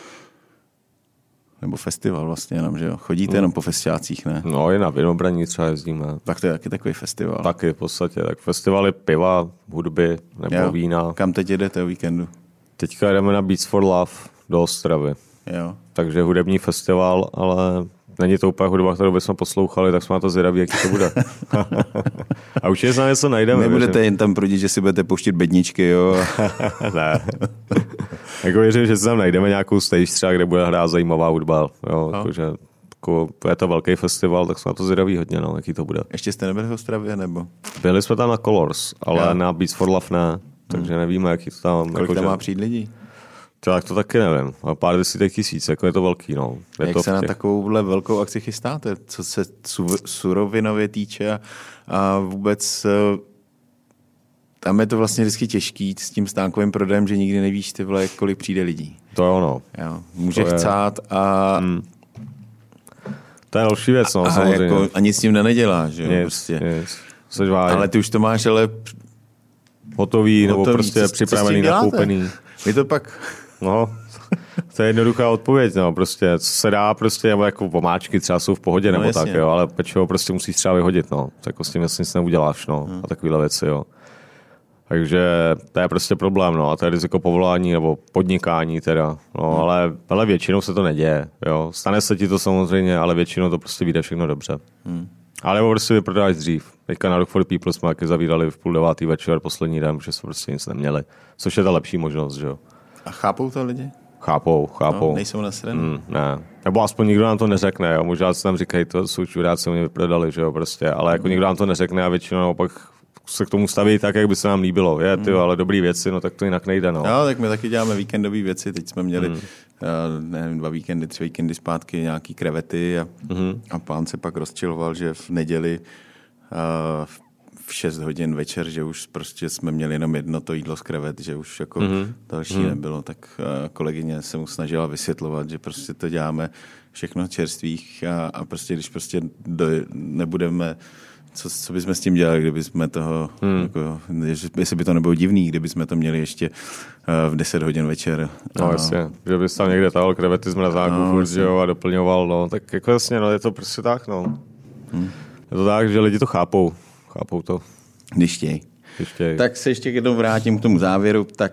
nebo festival vlastně jenom, že jo? Chodíte jenom po festiácích, ne? No i na Vinobraní třeba jezdíme. Tak to je taky takový festival. Taky v podstatě. Tak festivaly piva, hudby nebo vína. Kam teď jedete o víkendu? Teďka jdeme na Beats for Love do Ostravy. Jo. Takže hudební festival, ale není to úplně hudba, kterou bychom poslouchali, tak jsme na to zvědaví, jaký to bude. A určitě se něco najdeme. Nebudete jen tam prudit, že si budete pouštět bedničky, jo? Ne. Jako věřím, že si tam najdeme nějakou stage třeba, kde bude hrát zajímavá hudba. Jo, jakože, je to velký festival, tak jsme na to zvědaví hodně, no, jaký to bude. Ještě jste nebyli v Ostravě, nebo? Byli jsme tam na Colors, ale na Beats for Love ne, takže nevíme, jaký to tam. Kolik tam má přijít lidí? Tak to taky nevím. Pár desítek tisíc, jako je to velký, no. Jak to se na takovouhle velkou akci chystáte, co se surovinově týče a vůbec tam je to vlastně vždycky těžký s tím stánkovým prodejem, že nikdy nevíš, ty vole, kolik přijde lidí. To je ono. Jo, může to chcát a... To je další věc, no, samozřejmě. Jako, a nic s tím nedělá, že jo, prostě. Ale ty už to máš, ale... Hotový, nebo prostě připravený, nakoupený. Vy to pak... No, to je jednoduchá odpověď, no, prostě, co se dá, prostě, nebo jako pomáčky třeba jsou v pohodě, nebo tak, jo, ale pečivo prostě musíš třeba vyhodit, no, jako s tím nic neuděláš, no, a takovýhle věci, jo. Takže to je prostě problém, no, a to je riziko povolání nebo podnikání teda, no, ale většinou se to neděje, jo, stane se ti to samozřejmě, ale většinou to prostě vyjde všechno dobře. Ale nebo prostě vyprodáš dřív. Teďka na Rock for People jsme taky zavírali v 8:30 večer poslední den, protože jsme prostě nic neměli, což je ta lepší možnost, že jo. A chápou to lidi? Chápou. No, nejsou nasraný? Ne. Nebo aspoň nikdo nám to neřekne, jo. Možná se tam říkají, to jsou čuráci, mě vyprodali, že jo, prostě. Ale jako nikdo nám to neřekne a většinou naopak se k tomu staví tak, jak by se nám líbilo. Ale dobrý věci, no tak to jinak nejde, no. No, tak my taky děláme víkendové věci. Teď jsme měli, nevím, 2 víkendy, 3 víkendy zpátky nějaký krevety a pán se pak rozčiloval, že v neděli v 6 hodin večer, že už prostě jsme měli jenom jedno to jídlo z krevet, že už jako další nebylo, tak kolegyně se mu snažila vysvětlovat, že prostě to děláme všechno čerstvých a prostě když prostě nebudeme, co bychom s tím dělali, kdyby jsme toho, jako, jestli by to nebylo divný, kdyby jsme to měli ještě v 10 hodin večer. No jasně, že bys tam někde tahal krevety z mrazáku a doplňoval, no, tak jako jasně, no, je to prostě tak, no. Je to tak, že lidi to chápou chápou to. Když chtějí. Tak se ještě jednou vrátím k tomu závěru, tak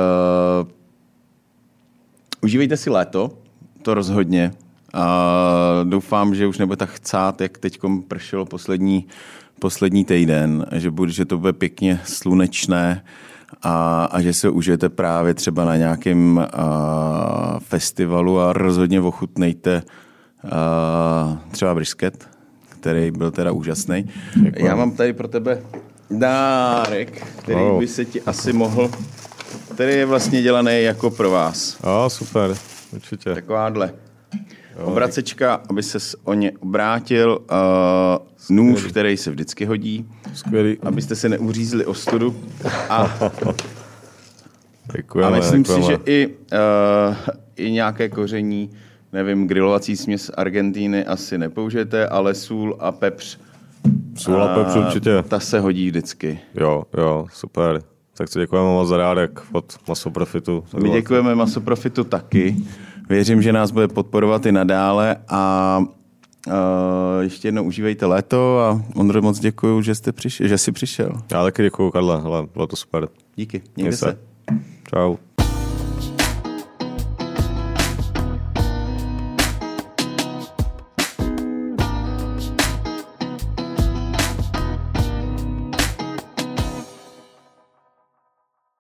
užívejte si léto, to rozhodně. Doufám, že už nebude tak chcát, jak teď pršelo poslední týden, že to bude pěkně slunečné a že se užijete právě třeba na nějakém festivalu a rozhodně ochutnejte třeba brisket, který byl teda úžasný. Já mám tady pro tebe dárek, který by se ti asi mohl, který je vlastně dělaný jako pro vás. Super, určitě. Takováhle obracečka, aby ses o ně obrátil, nůž, který se vždycky hodí, skvělý. Abyste se neuřízli o studu. A děkujeme, myslím si, že i nějaké koření, nevím, grilovací směs Argentíny asi nepoužijete, ale sůl a pepř. Sůl a pepř určitě. Ta se hodí vždycky. Jo, super. Tak si děkujeme moc za dárek od Masoprofitu. My děkujeme Masoprofitu taky. Věřím, že nás bude podporovat i nadále a ještě jednou užívejte léto a Ondro, moc děkuju, že jsi přišel. Já taky děkuju, Karle, hele, bylo to super. Díky, mějte se. Čau.